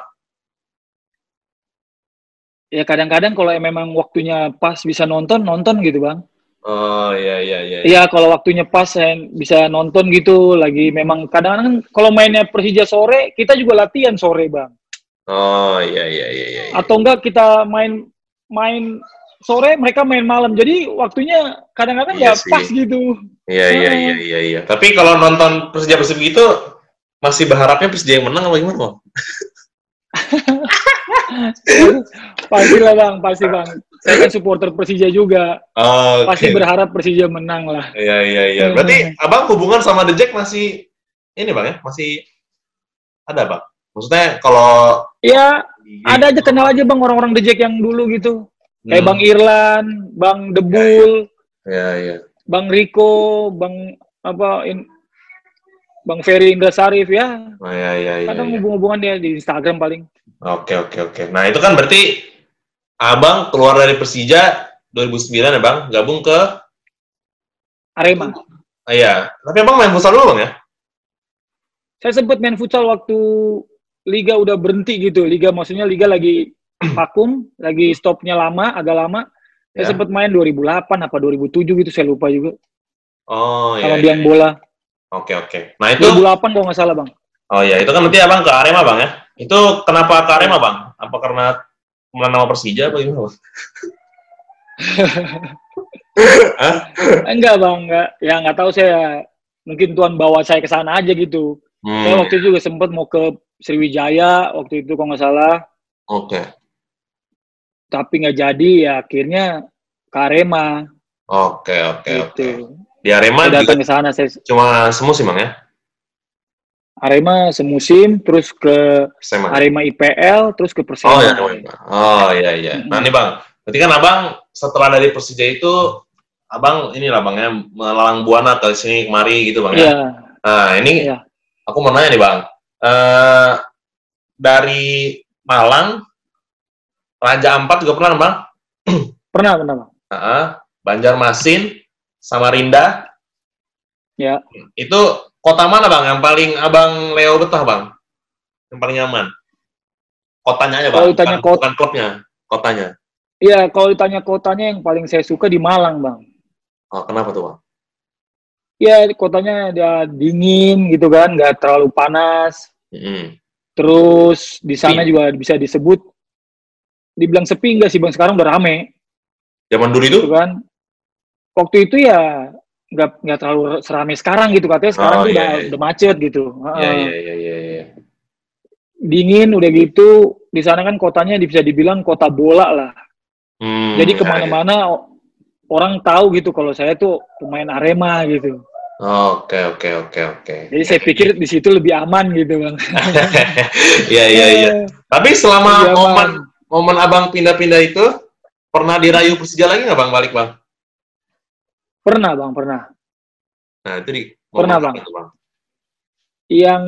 Ya kadang-kadang kalau memang waktunya pas bisa nonton, nonton gitu, Bang. Oh iya iya iya. Iya kalau waktunya pas saya bisa nonton gitu lagi memang kadang-kadang kalau mainnya Persija sore kita juga latihan sore, Bang. Oh iya iya iya iya. Atau enggak kita main main sore mereka main malam. Jadi waktunya kadang-kadang nggak iya pas gitu. Iya iya iya iya iya. Tapi kalau nonton Persija Persib gitu masih berharapnya Persija yang menang apa gimana, Bang? Pasti lah, Bang, pasti, Bang. Saya kan supporter Persija juga. Oh, okay. Pasti berharap Persija menang lah. Iya, iya, iya. Berarti Abang hubungan sama The Jack masih ini, Bang ya? Masih ada, Bang? Maksudnya kalau... Ya, ada aja, kenal aja, Bang, orang-orang The Jack yang dulu gitu. Hmm. Kayak Bang Irlan, Bang Debul, ya, ya. Bang Riko, Bang apa, in, Bang Ferry Indra Sarif, ya. Oh, ya, ya, ya, kadang ya. hubung-hubungan dia di Instagram paling. Oke, oke, oke. Nah, itu kan berarti Abang keluar dari Persija dua ribu sembilan ya, Bang? Gabung ke Arema. Ah, iya. Tapi Abang main futsal dulu, Bang ya? Saya sempat main futsal waktu liga udah berhenti gitu. Liga maksudnya liga lagi vakum, lagi stopnya lama, agak lama. Saya ya. sempat main dua ribu delapan apa dua ribu tujuh gitu, saya lupa juga. Oh, iya. Sama biang iya. bola. Oke, oke. Nah, itu dua ribu delapan kalau nggak salah, Bang. Oh iya, itu kan berarti Abang ke Arema, Bang ya? Itu kenapa ke Arema, Bang? Apa karena kemudian nama Persija apa gimana? Enggak, Bang, enggak. Ya nggak tahu saya. Mungkin Tuhan bawa saya ke sana aja gitu. Hmm. Saya waktu itu juga sempat mau ke Sriwijaya waktu itu kalau nggak salah. Oke. Okay. Tapi nggak jadi, ya akhirnya ke Arema. Oke, oke, gitu. oke. Di Arema saya juga datang ke sana, saya cuma semusim Bang ya? Arema semusim, terus ke Persema. Arema I P L, terus ke Persema. Oh ya, oh iya iya. Mm-mm. Nah nih Bang, berarti kan Abang setelah dari Persija itu, Abang inilah Bang ya, melalang buana ke sini kemari gitu Bang ya. Iya. Nah ini Iya. aku mau nanya nih Bang, uh, dari Malang, Raja Ampat juga pernah Bang? Pernah, pernah Bang. Uh, Banjarmasin, Samarinda. Ya. Itu kota mana Bang yang paling Abang Leo betah Bang? Yang paling nyaman? Kotanya aja Bang, bukan, kota, bukan klubnya, kotanya. Iya, kalau ditanya kotanya yang paling saya suka di Malang Bang. Oh, kenapa tuh Bang? Ya, kotanya ada dingin gitu kan, nggak terlalu panas. Mm-hmm. Terus di sana juga bisa disebut, dibilang sepi nggak sih Bang, sekarang udah rame. Zaman dulu itu? Gitu kan. Waktu itu ya nggak nggak terlalu seramai sekarang gitu, katanya sekarang oh, tuh iya, udah iya. udah macet gitu. Iya, iya, iya, iya, iya. Dingin udah gitu, di sana kan kotanya bisa dibilang kota bola lah. Hmm, Jadi ya, kemana-mana ya. orang tahu gitu kalau saya tuh pemain Arema gitu. Oke, oke, oke, oke. Jadi saya pikir di situ lebih aman gitu Bang. Iya, iya, iya. Tapi selama momen momen Abang pindah-pindah itu, pernah dirayu Persija lagi nggak Bang balik Bang? Pernah Bang, pernah. Nah itu di pernah Bang. Itu, Bang. Yang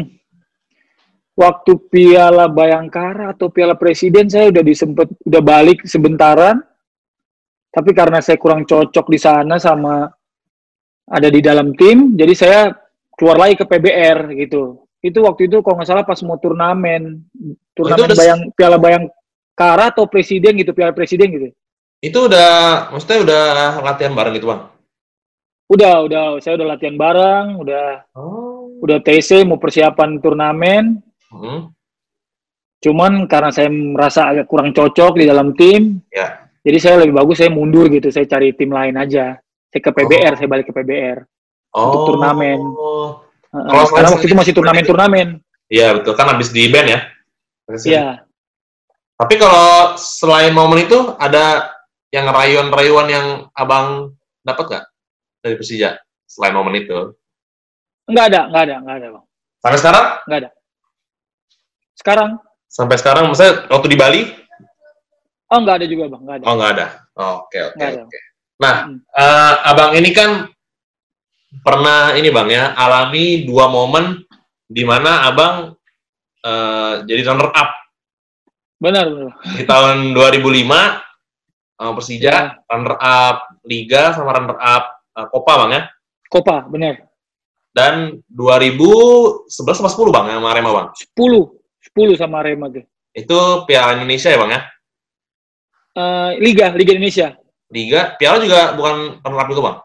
waktu Piala Bayangkara atau Piala Presiden saya udah disempet udah balik sebentaran, tapi karena saya kurang cocok di sana sama ada di dalam tim, jadi saya keluar lagi ke P B R gitu. Itu waktu itu kalau nggak salah pas mau turnamen, turnamen oh, bayang Piala Bayangkara atau Presiden gitu, Piala Presiden gitu. Itu udah, maksudnya udah latihan bareng gitu Bang? Udah, udah, saya udah latihan bareng, udah, oh. udah T C mau persiapan turnamen. Hmm. Cuman karena saya merasa agak kurang cocok di dalam tim, ya. Jadi saya lebih bagus saya mundur gitu, saya cari tim lain aja. Saya ke P B R, oh. saya balik ke P B R oh. untuk turnamen. Uh, karena waktu itu masih turnamen-turnamen. Iya betul, kan habis di band ya. Iya. Tapi kalau selain momen itu ada yang rayuan-rayuan yang Abang dapat nggak dari Persija selain momen itu? Enggak ada, enggak ada, enggak ada Bang. Sampai sekarang? Enggak ada. Sekarang? Sampai sekarang, maksudnya waktu di Bali? Oh, enggak ada juga Bang, enggak ada. Oh, enggak ada. Oke, oke, oke. Nah, hmm. uh, Abang ini kan pernah ini Bang ya, alami dua momen di mana Abang uh, jadi runner up. Benar, benar. Di tahun dua ribu lima uh, Persija ya. runner up Liga sama runner up uh, Copa Bang ya? Copa, benar. Dan dua ribu sebelas sama sepuluh Bang sama Arema Bang? sepuluh. sepuluh sama Arema tuh. Itu Piala Indonesia ya Bang ya? Uh, Liga, Liga Indonesia. Liga, Piala juga bukan runner up itu Bang?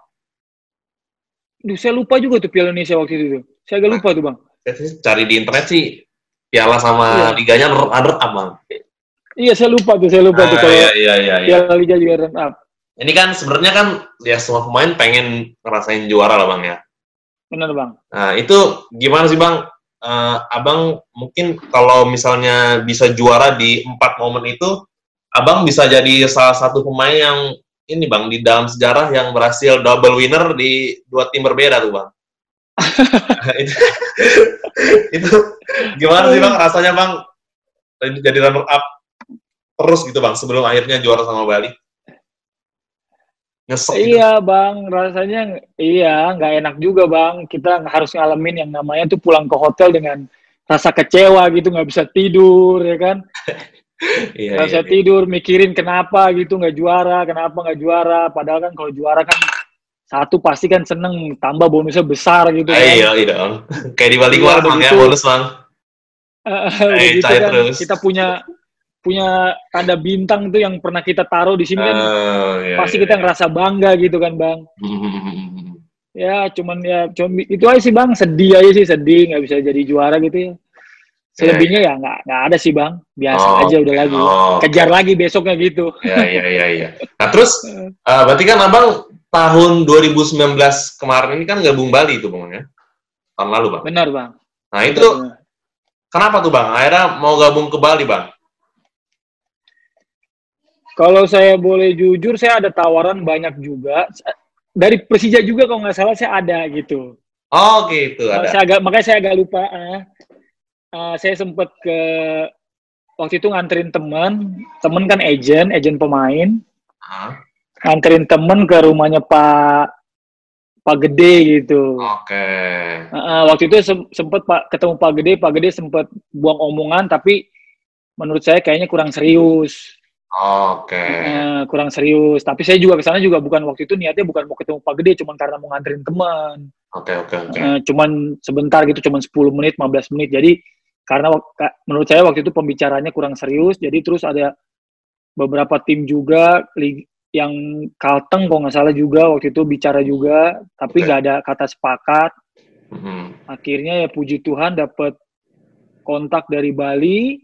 Duh, saya lupa juga tuh Piala Indonesia waktu itu. Saya agak lupa nah, tuh Bang. Saya cari di internet sih, Piala sama iya. Liganya runner up Bang. Iya, saya lupa tuh, saya lupa ah, tuh kalau iya, iya, iya, Piala Liga juga runner up. Ini kan sebenarnya kan ya semua pemain pengen ngerasain juara lah Bang ya. Benar Bang. Nah itu gimana sih Bang? Uh, abang mungkin kalau misalnya bisa juara di empat momen itu, Abang bisa jadi salah satu pemain yang ini Bang, di dalam sejarah yang berhasil double winner di dua tim berbeda tuh Bang. itu, itu gimana sih Bang rasanya Bang jadi runner up terus gitu Bang sebelum akhirnya juara sama Bali? Nyesek iya gitu. Bang, rasanya iya nggak enak juga Bang. Kita harus ngalamin yang namanya tuh pulang ke hotel dengan rasa kecewa gitu, nggak bisa tidur ya kan. Iya, nggak bisa iya, tidur, mikirin kenapa gitu nggak juara, kenapa nggak juara. Padahal kan kalau juara kan satu pasti kan seneng, tambah bonusnya besar gitu kan. Iya, iya dong. Kayak di Bali kemarin Bang ya, bonus Bang. Uh, gitu kan, terus. Kita punya punya tanda bintang tuh yang pernah kita taruh di sini kan, uh, iya, pasti iya, kita ngerasa bangga gitu kan Bang. Ya cuman ya cuman itu aja sih Bang, sedih aja sih, sedih nggak bisa jadi juara gitu ya. Selebihnya yeah, ya nggak nggak ada sih Bang, biasa oh, aja udah lagi, oh, kejar okay. lagi besoknya gitu. Ya ya ya ya. Nah terus uh, berarti kan Abang tahun dua ribu sembilan belas kemarin ini kan gabung Bali itu Bang ya, tahun lalu Bang. Benar Bang. Nah itu benar, kenapa tuh Bang akhirnya mau gabung ke Bali Bang? Kalau saya boleh jujur, saya ada tawaran banyak juga. Dari Persija juga kalau nggak salah saya ada gitu. Oh gitu, ada. Saya agak, makanya saya agak lupa. Uh, uh, saya sempat ke, waktu itu nganterin teman. Temen kan agent, agent pemain. Huh? Nganterin temen ke rumahnya Pak Pak Gede gitu. Oke. Okay. Uh, waktu itu sempat Pak ketemu Pak Gede, Pak Gede sempat buang omongan, tapi menurut saya kayaknya kurang serius. Oke. Okay. Uh, kurang serius. Tapi saya juga kesana juga bukan waktu itu niatnya bukan mau ketemu Pak Gede, cuman karena mau nganterin teman. Oke okay, oke okay, oke. Okay. Uh, cuman sebentar gitu, cuman sepuluh menit, lima belas menit. Jadi karena menurut saya waktu itu pembicaranya kurang serius, jadi terus ada beberapa tim juga yang Kalteng kalau nggak salah juga waktu itu bicara juga, tapi nggak okay. ada kata sepakat. Mm-hmm. Akhirnya ya puji Tuhan dapat kontak dari Bali.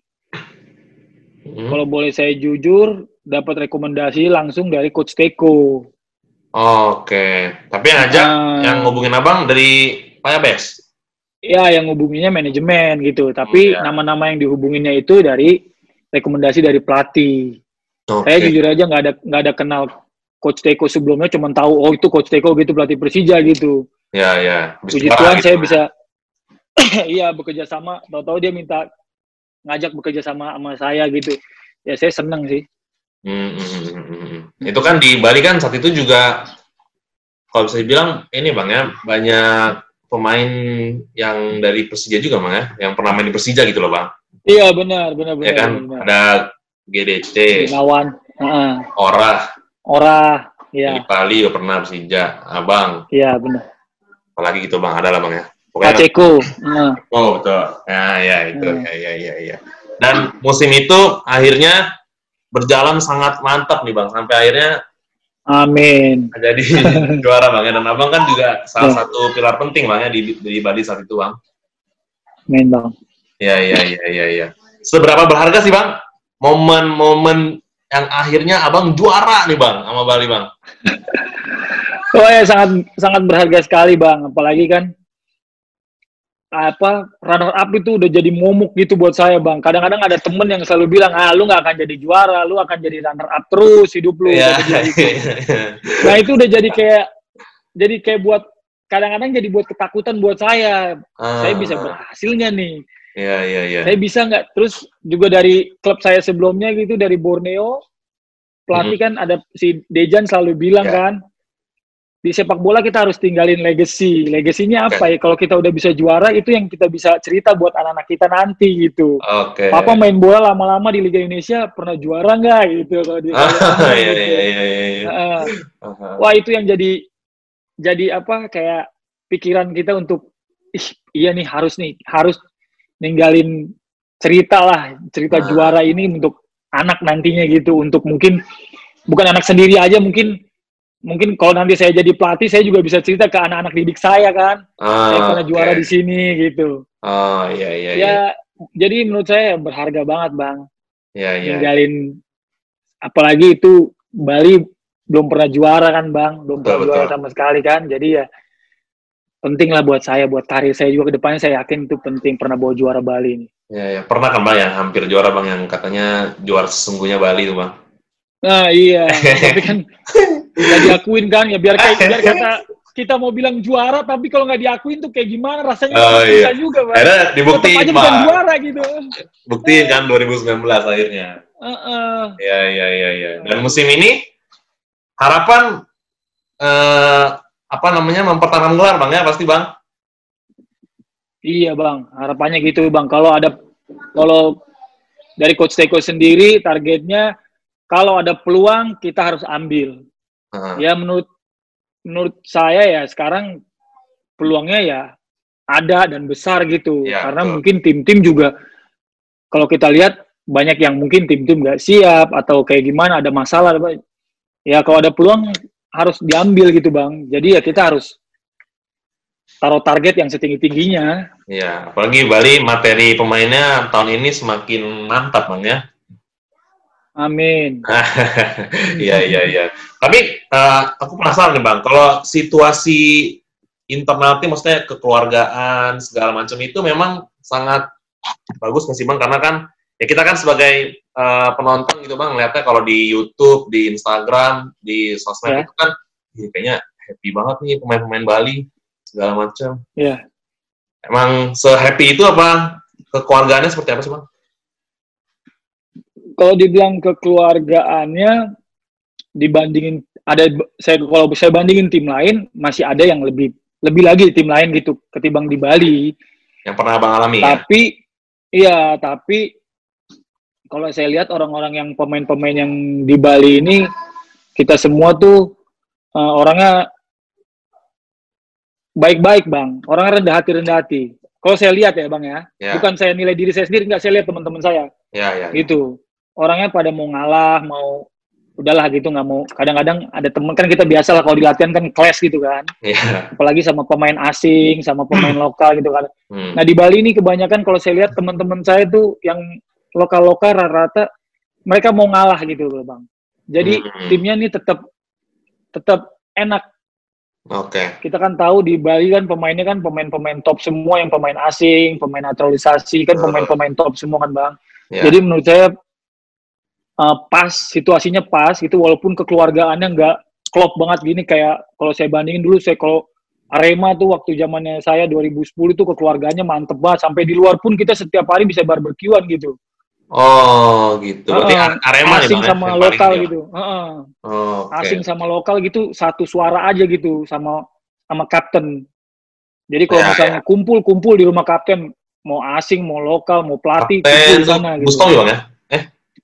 Hmm. Kalau boleh saya jujur, dapat rekomendasi langsung dari Coach Teko. Oh, Oke, okay. Tapi yang ngajak, uh, yang ngubungin abang dari Payabes? Ya, yang ngubunginnya manajemen gitu. Tapi hmm, ya. Nama-nama yang dihubunginnya itu dari rekomendasi dari pelatih. Okay. Saya jujur aja nggak ada nggak ada kenal Coach Teko sebelumnya, cuma tahu oh itu Coach Teko gitu pelatih Persija gitu. Ya ya. Puji Tuhan gitu, saya ya. bisa, iya bekerja sama. Tahu-tahu dia minta ngajak bekerja sama sama saya gitu, ya saya seneng sih. Hmm, hmm, hmm, hmm. Itu kan di Bali kan saat itu juga kalau bisa dibilang ini bang ya banyak pemain yang dari Persija juga bang ya, yang pernah main di Persija gitu loh bang. Iya benar benar benar. Ya kan benar. ada G D C, Gunawan, uh-uh. Orah, Orah, ya. Di Bali juga pernah Persija, abang. Iya benar. Apalagi gitu bang, ada lah bang ya. Paceko. Uh. Oh betul. Nah ya itu, uh. ya ya ya ya. Dan musim itu akhirnya berjalan sangat mantap nih bang, sampai akhirnya. Amin. Jadi juara bang ya, dan abang kan juga salah yeah. satu pilar penting bang ya di, di Bali saat itu bang. Amin bang. Ya ya ya ya ya. Seberapa berharga sih bang momen-momen yang akhirnya abang juara nih bang sama Bali bang? Oh ya sangat sangat berharga sekali bang, apalagi kan apa runner up itu udah jadi momok gitu buat saya bang. Kadang-kadang ada temen yang selalu bilang, ah lu nggak akan jadi juara, lu akan jadi runner up terus hidup lu. Yeah. Nah itu udah jadi kayak jadi kayak buat kadang-kadang jadi buat ketakutan buat saya. Ah. Saya bisa berhasilnya nih. Iya yeah, iya yeah, iya. Yeah. Saya bisa nggak? Terus juga dari klub saya sebelumnya gitu dari Borneo, pelatih mm. kan ada si Dejan selalu bilang yeah. kan. Di sepak bola kita harus tinggalin legacy. Legasinya apa okay. ya? Kalau kita udah bisa juara, itu yang kita bisa cerita buat anak-anak kita nanti gitu. Oke. Okay. Papa main bola lama-lama di Liga Indonesia pernah juara nggak gitu? Kalau di ah, iya, gitu. iya, iya, iya. Uh, uh-huh. Wah itu yang jadi jadi apa? Kayak pikiran kita untuk, ih iya nih harus nih harus ninggalin cerita lah, cerita uh. juara ini untuk anak nantinya gitu. Untuk mungkin bukan anak sendiri aja mungkin. Mungkin kalau nanti saya jadi pelatih, saya juga bisa cerita ke anak-anak didik saya kan. Ah, saya pernah okay. juara di sini gitu. Oh iya iya. Ya, iya. Jadi menurut saya berharga banget bang. Iya iya. Ninggalin, apalagi itu Bali belum pernah juara kan bang, belum betul, pernah betul. juara sama sekali kan. Jadi ya penting lah buat saya, buat karir saya juga kedepannya saya yakin itu penting pernah bawa juara Bali nih. Iya ya. Pernah kan bang yang hampir juara bang yang katanya juara sesungguhnya Bali itu bang. Nah iya, tapi kan nggak diakuin kan ya biar kayak biar kata kita mau bilang juara tapi kalau nggak diakuin tuh kayak gimana rasanya oh, susah iya. juga bang. Akhirnya dibuktiin aja bukan juara gitu. Buktiin kan dua ribu sembilan belas akhirnya. Uh-uh. Ya ya ya ya. Dan musim ini harapan uh, apa namanya mempertahankan gelar bang ya pasti bang. Iya bang, harapannya gitu bang. Kalau ada kalau dari Coach Teko sendiri targetnya kalau ada peluang kita harus ambil. Uh-huh. Ya menurut menurut saya ya sekarang peluangnya ya ada dan besar gitu. Ya, karena betul. Mungkin tim-tim juga kalau kita lihat banyak yang mungkin tim-tim nggak siap atau kayak gimana ada masalah. Ya kalau ada peluang harus diambil gitu bang. Jadi ya kita harus taruh target yang setinggi-tingginya. Iya, apalagi Bali materi pemainnya tahun ini semakin mantap bang ya. Amin. Iya iya iya. Tapi uh, aku penasaran nih bang, kalau situasi internal tim, maksudnya kekeluargaan segala macam itu memang sangat bagus nggak sih bang? Karena kan ya kita kan sebagai uh, penonton gitu bang, lihatnya kalau di YouTube, di Instagram, di sosmed yeah. itu kan, ya, kayaknya happy banget nih pemain-pemain Bali segala macam. Iya. Yeah. Emang se-happy itu apa? Kekeluargaannya seperti apa sih bang? Kalau dibilang kekeluargaannya dibandingin ada saya kalau saya bandingin tim lain masih ada yang lebih lebih lagi tim lain gitu ketimbang di Bali. Yang pernah abang alami tapi, ya? Iya, tapi kalau saya lihat orang-orang yang pemain-pemain yang di Bali ini, kita semua tuh uh, orangnya baik-baik, Bang. Orangnya rendah hati, rendah hati. Kalau saya lihat ya, Bang ya. ya. Bukan saya nilai diri saya sendiri, nggak saya lihat teman-teman saya. Ya, ya, gitu. Ya. Orangnya pada mau ngalah, mau udahlah gitu, nggak mau. Kadang-kadang ada teman kan kita biasa lah kalau di latihan kan clash gitu kan. Ya. Apalagi sama pemain asing, sama pemain lokal gitu kan. Hmm. Nah di Bali ini kebanyakan kalau saya lihat teman-teman saya tuh yang lokal-lokal rata-rata mereka mau ngalah gitu loh bang. Jadi hmm. timnya nih tetap tetap enak. Oke. Okay. Kita kan tahu di Bali kan pemainnya kan pemain-pemain top semua, yang pemain asing, pemain naturalisasi kan pemain-pemain top semua kan bang. Yeah. Jadi menurut saya uh, pas situasinya pas gitu, walaupun kekeluargaannya nggak klop banget gini kayak kalau saya bandingin dulu saya kalau Arema tuh waktu zamannya saya dua ribu sepuluh tuh kekeluarganya mantep banget, sampai di luar pun kita setiap hari bisa barbekyuan gitu. Oh gitu. Berarti uh, Arema asing nih, sama lokal gitu. Uh, oh, okay. Asing sama lokal gitu satu suara aja gitu sama sama kapten. Jadi kalau ya, misalnya kumpul-kumpul ya. di rumah kapten, mau asing, mau lokal, mau pelatih, kumpul di sana gitu. Bustomi bang ya? Eh?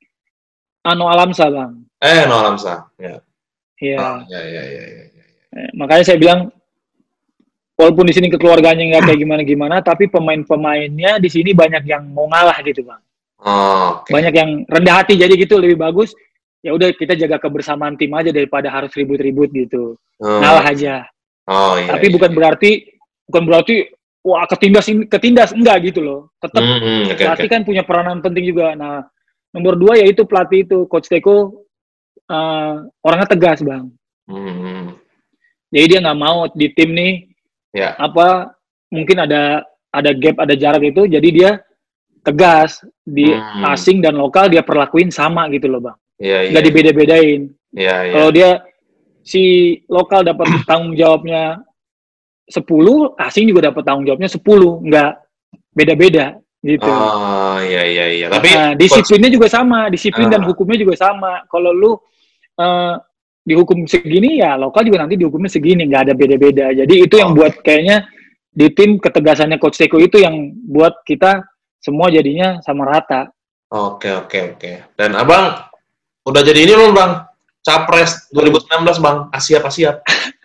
Ano Alamsa bang. Eh, No Alamsa. Ya. Iya. Oh, ya, ya, ya, ya, ya. Eh, makanya saya bilang walaupun di sini kekeluarganya nggak kayak gimana-gimana, tapi pemain-pemainnya di sini banyak yang mau ngalah gitu bang. Oh, okay. Banyak yang rendah hati, jadi gitu lebih bagus. Ya udah kita jaga kebersamaan tim aja daripada harus ribut-ribut gitu. Oh. Ngalah aja. Oh, iya, tapi iya, bukan iya. berarti bukan berarti wah ketindas ketindas enggak gitu loh. Tetap mm, mm, okay, pelatih okay. kan punya peranan penting juga. Nah nomor dua yaitu pelatih itu Coach Teko uh, orangnya tegas bang. Mm. Jadi dia nggak mau di tim nih. Yeah. Apa mungkin ada ada gap, ada jarak itu, jadi dia tegas di hmm. asing dan lokal dia perlakuin sama gitu loh bang, yeah, yeah, nggak yeah. dibeda-bedain. Yeah, yeah. Kalau dia si lokal dapat tanggung jawabnya sepuluh, asing juga dapat tanggung jawabnya sepuluh, nggak beda-beda gitu. Oh iya iya iya. Tapi nah, disiplinnya juga sama, disiplin uh. dan hukumnya juga sama. Kalau lu uh, dihukum segini ya lokal juga nanti dihukumnya segini, nggak ada beda-beda. Jadi itu yang buat kayaknya di tim ketegasannya Coach Teko itu yang buat kita semua jadinya sama rata. Oke oke oke. Dan abang udah jadi ini belum bang? Capres dua ribu sembilan belas bang, Asia Asia.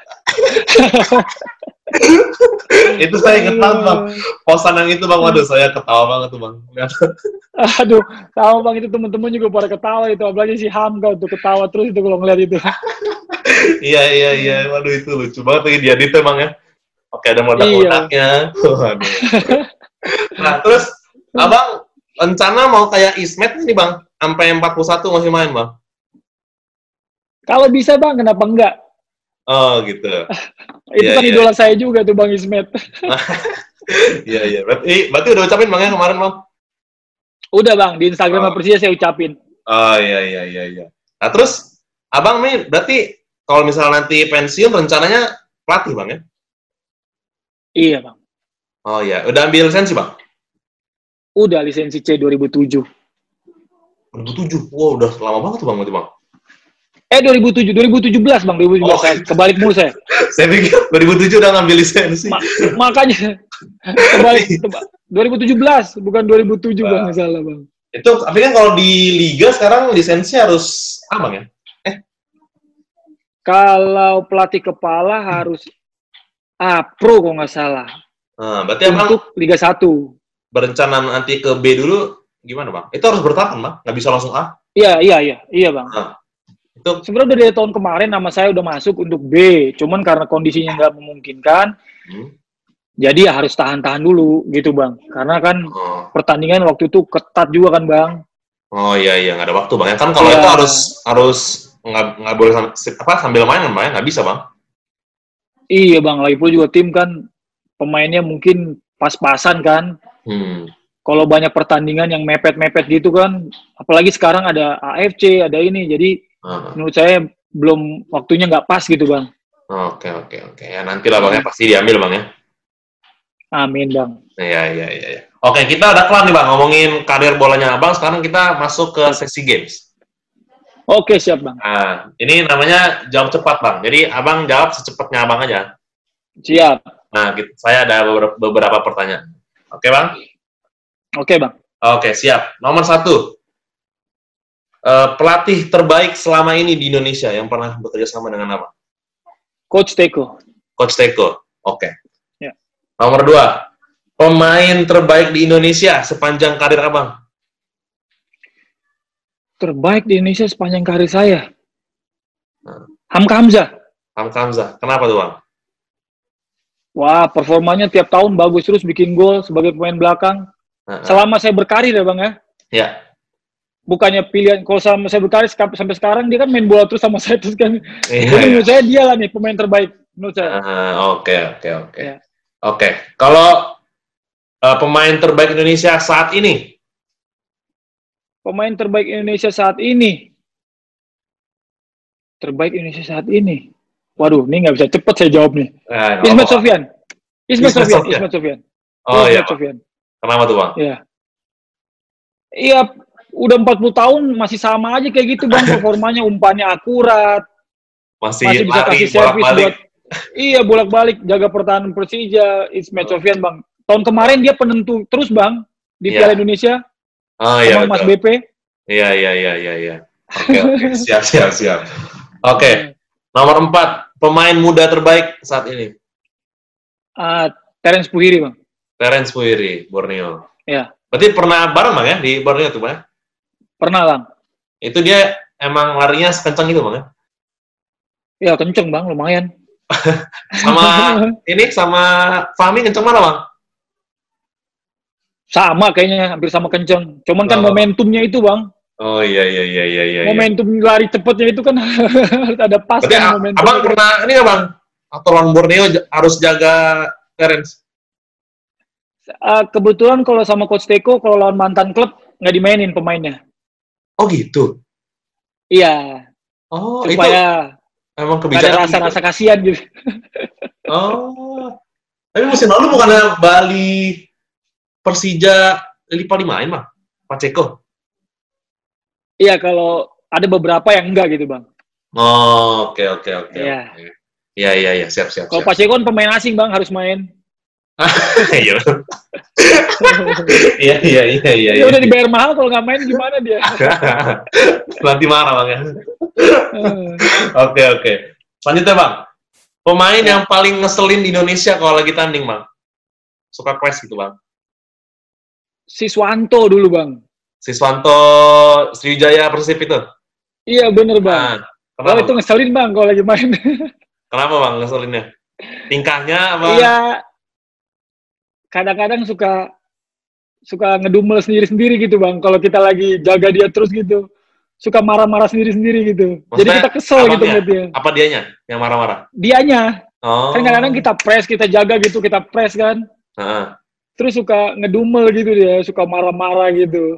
Itu saya inget banget bang, posan yang itu bang, waduh saya ketawa banget tuh bang. Aduh, tahu bang, itu teman-teman juga pada ketawa itu, apalagi si Hamka tuh ketawa terus itu kalau ngeliat itu. Iya iya iya, waduh itu lucu banget lagi dia itu emang ya. Oke ada meledak-meledaknya. Waduh. Nah terus abang rencana mau kayak Ismet ini bang, sampai empat puluh satu masih main bang? Kalau bisa bang, kenapa enggak? Oh gitu. Itu yeah, kan yeah. idola saya juga tuh Bang Ismet. Iya iya. Berarti berarti udah ucapin bang ya kemarin bang? Udah bang, di Instagram oh. Persija saya ucapin. Oh iya iya iya iya. Nah terus abang nih berarti kalau misalnya nanti pensiun rencananya pelatih bang ya? Iya bang. Oh iya, udah ambil lisensi bang? Udah lisensi C dua ribu tujuh. dua ribu tujuh? Wow udah lama banget tuh bang berarti bang. Eh dua ribu tujuh, dua ribu tujuh belas bang, dua ribu tujuh belas. Oh. Kebalik mulu saya. Saya pikir dua ribu tujuh udah ngambil lisensi. Ma makanya kebalik dua ribu tujuh belas bukan dua ribu tujuh bang, nah. Salah bang. Itu tapi kan kalau di liga sekarang lisensi harus apa bang ya? Eh kalau pelatih kepala harus A Pro kok nggak salah. Nah, berarti untuk abang Liga satu. Berencana nanti ke B dulu gimana bang? Itu harus bertahap bang, nggak bisa langsung A? Iya iya iya iya bang. Nah. Itu sebenarnya udah dari tahun kemarin nama saya udah masuk untuk B, cuman karena kondisinya nggak memungkinkan, hmm. jadi ya harus tahan-tahan dulu gitu bang, karena kan oh. pertandingan waktu itu ketat juga kan bang. Oh iya iya nggak ada waktu bang, kan kalau ya. itu harus harus nggak nggak boleh apa sambil main kan bang, nggak bisa bang. Iya bang, lagi pula juga tim kan pemainnya mungkin pas-pasan kan, hmm. kalau banyak pertandingan yang mepet-mepet gitu kan, apalagi sekarang ada A F C, ada ini, jadi uh-huh. menurut saya belum waktunya nggak pas gitu bang. Oke oke oke, ya nanti lah bang ya pasti diambil bang ya. Amin bang. Iya iya iya. Ya. Oke kita udah kelar nih bang ngomongin karir bolanya abang, sekarang kita masuk ke sesi games. Oke siap bang. Nah ini namanya jawab cepat bang, jadi abang jawab secepatnya abang aja. Siap. Nah gitu, saya ada beberapa, beberapa pertanyaan. Oke bang? Oke bang. Oke siap. Nomor satu, uh, pelatih terbaik selama ini di Indonesia yang pernah bekerja sama dengan abang? Coach Teko. Coach Teko. Oke. Ya. Nomor dua, pemain terbaik di Indonesia sepanjang karir abang? Terbaik di Indonesia sepanjang karir saya? Nah. Hamka Hamzah. Hamka Hamzah. Kenapa tuh bang? Wah, performanya tiap tahun bagus terus, bikin gol sebagai pemain belakang. Uh-huh. Selama saya berkarir ya bang ya? Ya. Bukannya pilihan, kalau selama saya berkarir sampai sekarang, dia kan main bola terus sama saya terus kan. Iya, Jadi iya. menurut saya dia lah nih pemain terbaik menurut saya. Oke, oke, oke. Oke, kalau uh, pemain terbaik Indonesia saat ini? Pemain terbaik Indonesia saat ini? Terbaik Indonesia saat ini? Waduh, ini nggak bisa cepet saya jawab nih. Eh, Ismet Sofyan. Ismet Sofyan. Ismet Sofyan. Oh Ismet iya. Sofyan. Kenapa tuh bang? Iya. Iya, udah empat puluh tahun masih sama aja kayak gitu bang, performanya, umpannya akurat. Masih, masih bisa lari, kasih servis buat. Iya, bolak-balik jaga pertahanan Persija. Ismet oh. Sofyan bang. Tahun kemarin dia penentu terus bang di Piala yeah. Indonesia. Oh iya. Sama betul. Mas B P. Iya iya iya iya. iya. Oke oke. Siap siap siap. Oke. Okay. Nomor empat, pemain muda terbaik saat ini? Uh, Terence Puhiri, Bang. Terence Puhiri, Borneo. Ya. Berarti pernah bareng, Bang, ya, di Borneo tuh, Bang? Pernah, Bang. Itu dia emang larinya sekencang itu, Bang, ya? Ya, kenceng, Bang, lumayan. Sama ini, sama Fahmi kenceng mana, Bang? Sama kayaknya, hampir sama kenceng. Cuman kan oh. momentumnya itu, Bang. Oh iya iya iya iya iya. Momentum iya. lari cepatnya itu kan harus ada pas kan momentum. Abang pernah ini nggak bang? Atau lawan Borneo harus jaga Terence? Uh, kebetulan kalau sama Coach Teko kalau lawan mantan klub nggak dimainin pemainnya. Oh gitu. Iya. Oh supaya itu emang kebijakan. Ada rasa-rasa gitu. Kasihan gitu. Oh. Tapi musim lalu bukannya Bali Persija Lipa dimain mah? Pak Ceko? Iya, kalau ada beberapa yang enggak gitu, Bang. Oh, oke, oke, oke. Iya. Iya, iya, iya, siap, siap. Kalau Pak Ceko kan pemain asing, Bang, harus main. Iya. Iya, iya, iya, iya. Dia udah dibayar mahal, kalau nggak main gimana dia? Nanti marah, Bang, ya. Oke, oke. Selanjutnya, Bang. Pemain ya. yang paling ngeselin di Indonesia kalau lagi tanding, Bang. Suka quest gitu, Bang. Siswanto dulu, Bang. Siswanto Sriwijaya Persib itu? Iya bener bang. Nah, oh itu ngeselin bang kalau lagi main. Kenapa bang ngeselinnya? Tingkahnya apa? Iya. Kadang-kadang suka suka ngedumel sendiri-sendiri gitu bang. Kalau kita lagi jaga dia terus gitu, suka marah-marah sendiri-sendiri gitu. Maksudnya, jadi kita kesel gitu ngeliat dia. Apa dianya yang marah-marah? Dianya. Oh. Kan kadang-kadang kita press, kita jaga gitu, kita press kan. Uh-huh. Terus suka ngedumel gitu dia, suka marah-marah gitu.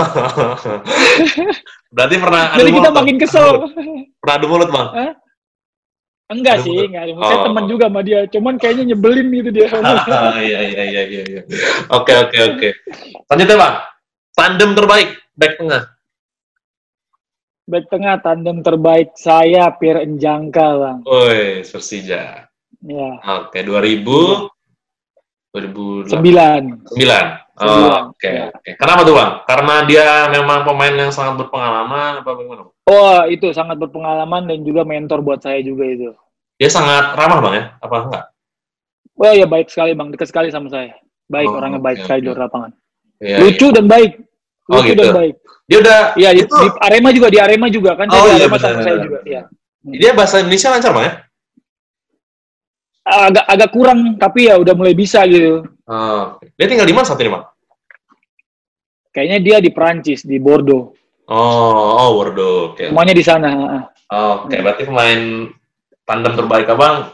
Berarti pernah adu jadi mulut? Kita makin kesel. Pernah adu mulut, Bang? Hah? Enggak adu sih, mulut. enggak. Saya oh. teman juga sama dia, cuman kayaknya nyebelin gitu dia. Iya, iya, iya, iya, iya. Oke, oke, oke. Lanjutnya, Bang. Tandem terbaik back tengah. Back tengah tandem terbaik saya Pierre Njangka, Bang. Woi, Persija. Iya. Oke, dua ribu dua ribu sembilan. sembilan. Oh, oke, ya. Oke. Kenapa tuh, Bang? Karena dia memang pemain yang sangat berpengalaman apa bagaimana? Oh, itu sangat berpengalaman dan juga mentor buat saya juga itu. Dia sangat ramah, Bang, ya? Apa enggak? Oh, ya baik sekali, Bang. Dekat sekali sama saya. Baik, oh, orangnya baik okay, sekali okay. di lapangan. Ya, lucu ya. dan baik. Lucu oh, gitu. dan baik. Dia udah Iya, di, di Arema juga, di Arema juga kan. Oh, di iya, Arema benar, sama saya juga, iya. Dia bahasa Indonesia lancar, Bang, ya? Agak agak kurang, tapi ya udah mulai bisa gitu. Oh, dia tinggal di mana saat ini, Bang? Kayaknya dia di Perancis, di Bordeaux. Oh, oh Bordeaux. Okay. Semuanya di sana. Oh, Oke, okay. Berarti pemain tandem terbaik Abang,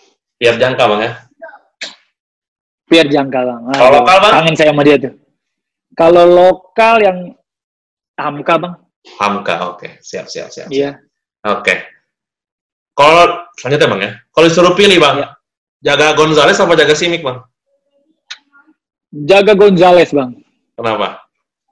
Pierre Njangka, Bang, ya? Pierre Njangka, Bang. Kalau lokal, Bang? Kangen saya sama dia tuh. Kalau lokal yang Hamka bang. Hamka, oke, okay. siap, siap, siap. Iya. Oke. Okay. Kalau selanjutnya bang ya, kalau disuruh pilih bang, ya. Jaga Gonzales apa jaga Simic bang? Jaga Gonzales bang. Kenapa?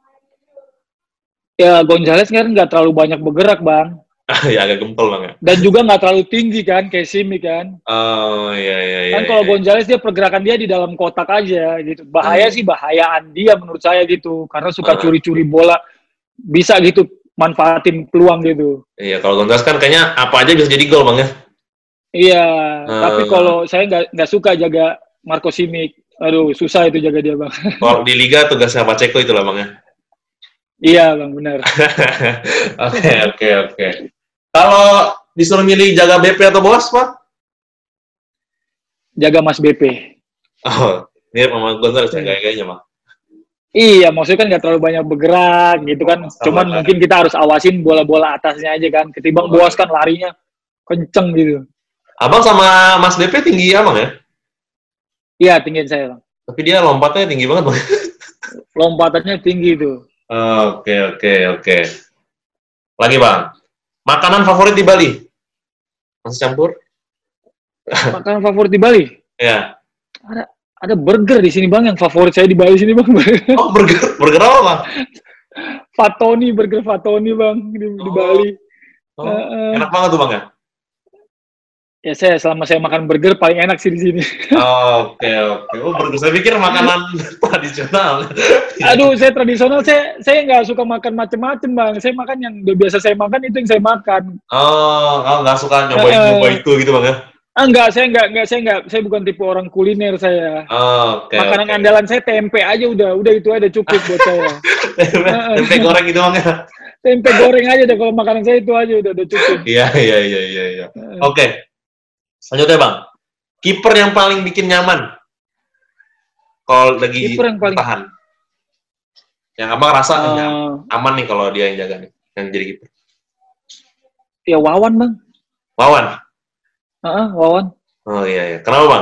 Ya Gonzales kan nggak terlalu banyak bergerak bang. Ya agak gempel bang ya. Dan juga nggak terlalu tinggi kan kayak Simic kan. Oh iya iya iya. Kan kalau iya. Gonzales dia pergerakan dia di dalam kotak aja gitu. Bahaya hmm. sih bahayaan dia menurut saya gitu karena suka curi-curi bola. Bisa gitu manfaatin peluang gitu. Iya, kalau Gonzales kan kayaknya apa aja bisa jadi gol bang ya. Iya, uh, tapi kalau saya nggak nggak suka jaga Marco Simic. Aduh, susah itu jaga dia bang. Kalau di Liga tugasnya Pacheco itu lah bang ya. Iya bang, benar. Oke oke oke. Kalau disuruh milih jaga B P atau Boas pak? Jaga Mas B P. Oh, mirip sama Gonzales ya gaya-gayanya bang. Iya, maksudnya kan nggak terlalu banyak bergerak gitu kan. Sama Cuman kan. Mungkin kita harus awasin bola-bola atasnya aja kan. Ketimbang oh, Boas kan larinya kenceng gitu. Abang sama Mas B P tinggi abang ya? Iya, tinggiin saya bang. Tapi dia lompatnya tinggi banget bang. Lompatannya tinggi tuh. Oke oke oke. Lagi bang, makanan favorit di Bali? Masih campur? Makanan favorit di Bali? Iya. Ada ada burger di sini bang yang favorit saya di Bali sini bang. Oh burger, burger apa bang? Fatoni, burger Fatoni bang di, oh. di Bali. Oh. Uh, enak banget tuh bang ya? Ya saya selama saya makan burger paling enak sih di sini. Oke oke. Oh burger saya pikir makanan tradisional. Aduh saya tradisional saya saya nggak suka makan macem-macem bang. Saya makan yang udah biasa saya makan itu yang saya makan. Oh nggak suka nyobain uh, nyobain itu gitu bang ya? Ah, enggak, saya enggak, enggak, saya enggak, saya bukan tipe orang kuliner saya. Oh, okay, makanan okay. andalan saya tempe aja udah, udah itu aja cukup buat saya. tempe, tempe goreng gitu bang ya? Tempe goreng aja deh kalau makanan saya itu aja udah, udah cukup. Iya iya iya iya. iya. Oke, okay. Selanjutnya bang, kiper yang paling bikin nyaman kalau lagi kiper yang paling tahan, yang abang rasa uh, nyaman, aman nih kalau dia yang jaga nih, yang jadi kiper. Ya Wawan bang. Wawan. Uh, Wawan. Oh iya iya. Kenapa bang?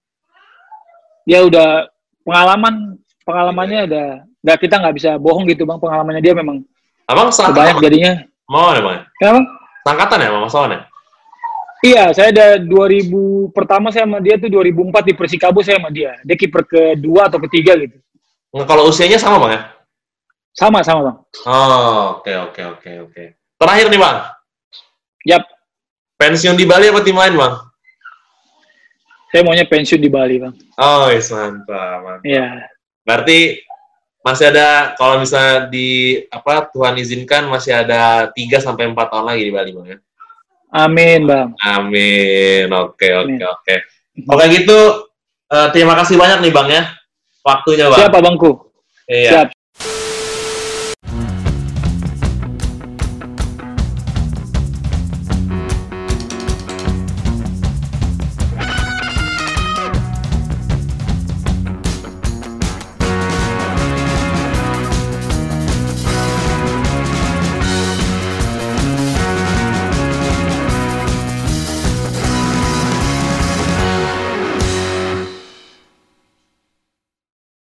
Dia udah pengalaman pengalamannya iya. udah nggak kita nggak bisa bohong gitu bang, pengalamannya dia memang. Abang banyak jadinya. Mau ya bang? Kenapa? Sangkatan ya bang Wawan ya? Iya, saya ada dua ribu pertama saya sama dia tuh dua ribu empat di Persikabo saya sama dia. Dia kiper kedua atau ketiga gitu. Nggak, kalau usianya sama bang ya? Sama sama bang. Oh oke oke oke oke. Terakhir nih bang. Yap. Pensiun di Bali apa tim lain, Bang? Saya maunya pensiun di Bali, Bang. Oh, yes, mantap, mantap. Iya. Berarti masih ada, kalau misalnya di, apa, Tuhan izinkan, masih ada tiga sampai empat tahun lagi di Bali, Bang, ya? Amin, Bang. Amin. Oke, oke, oke. Oke, gitu, uh, terima kasih banyak nih, Bang, ya. Waktunya, Bang. Siapa, Bangku? Iya. Siap.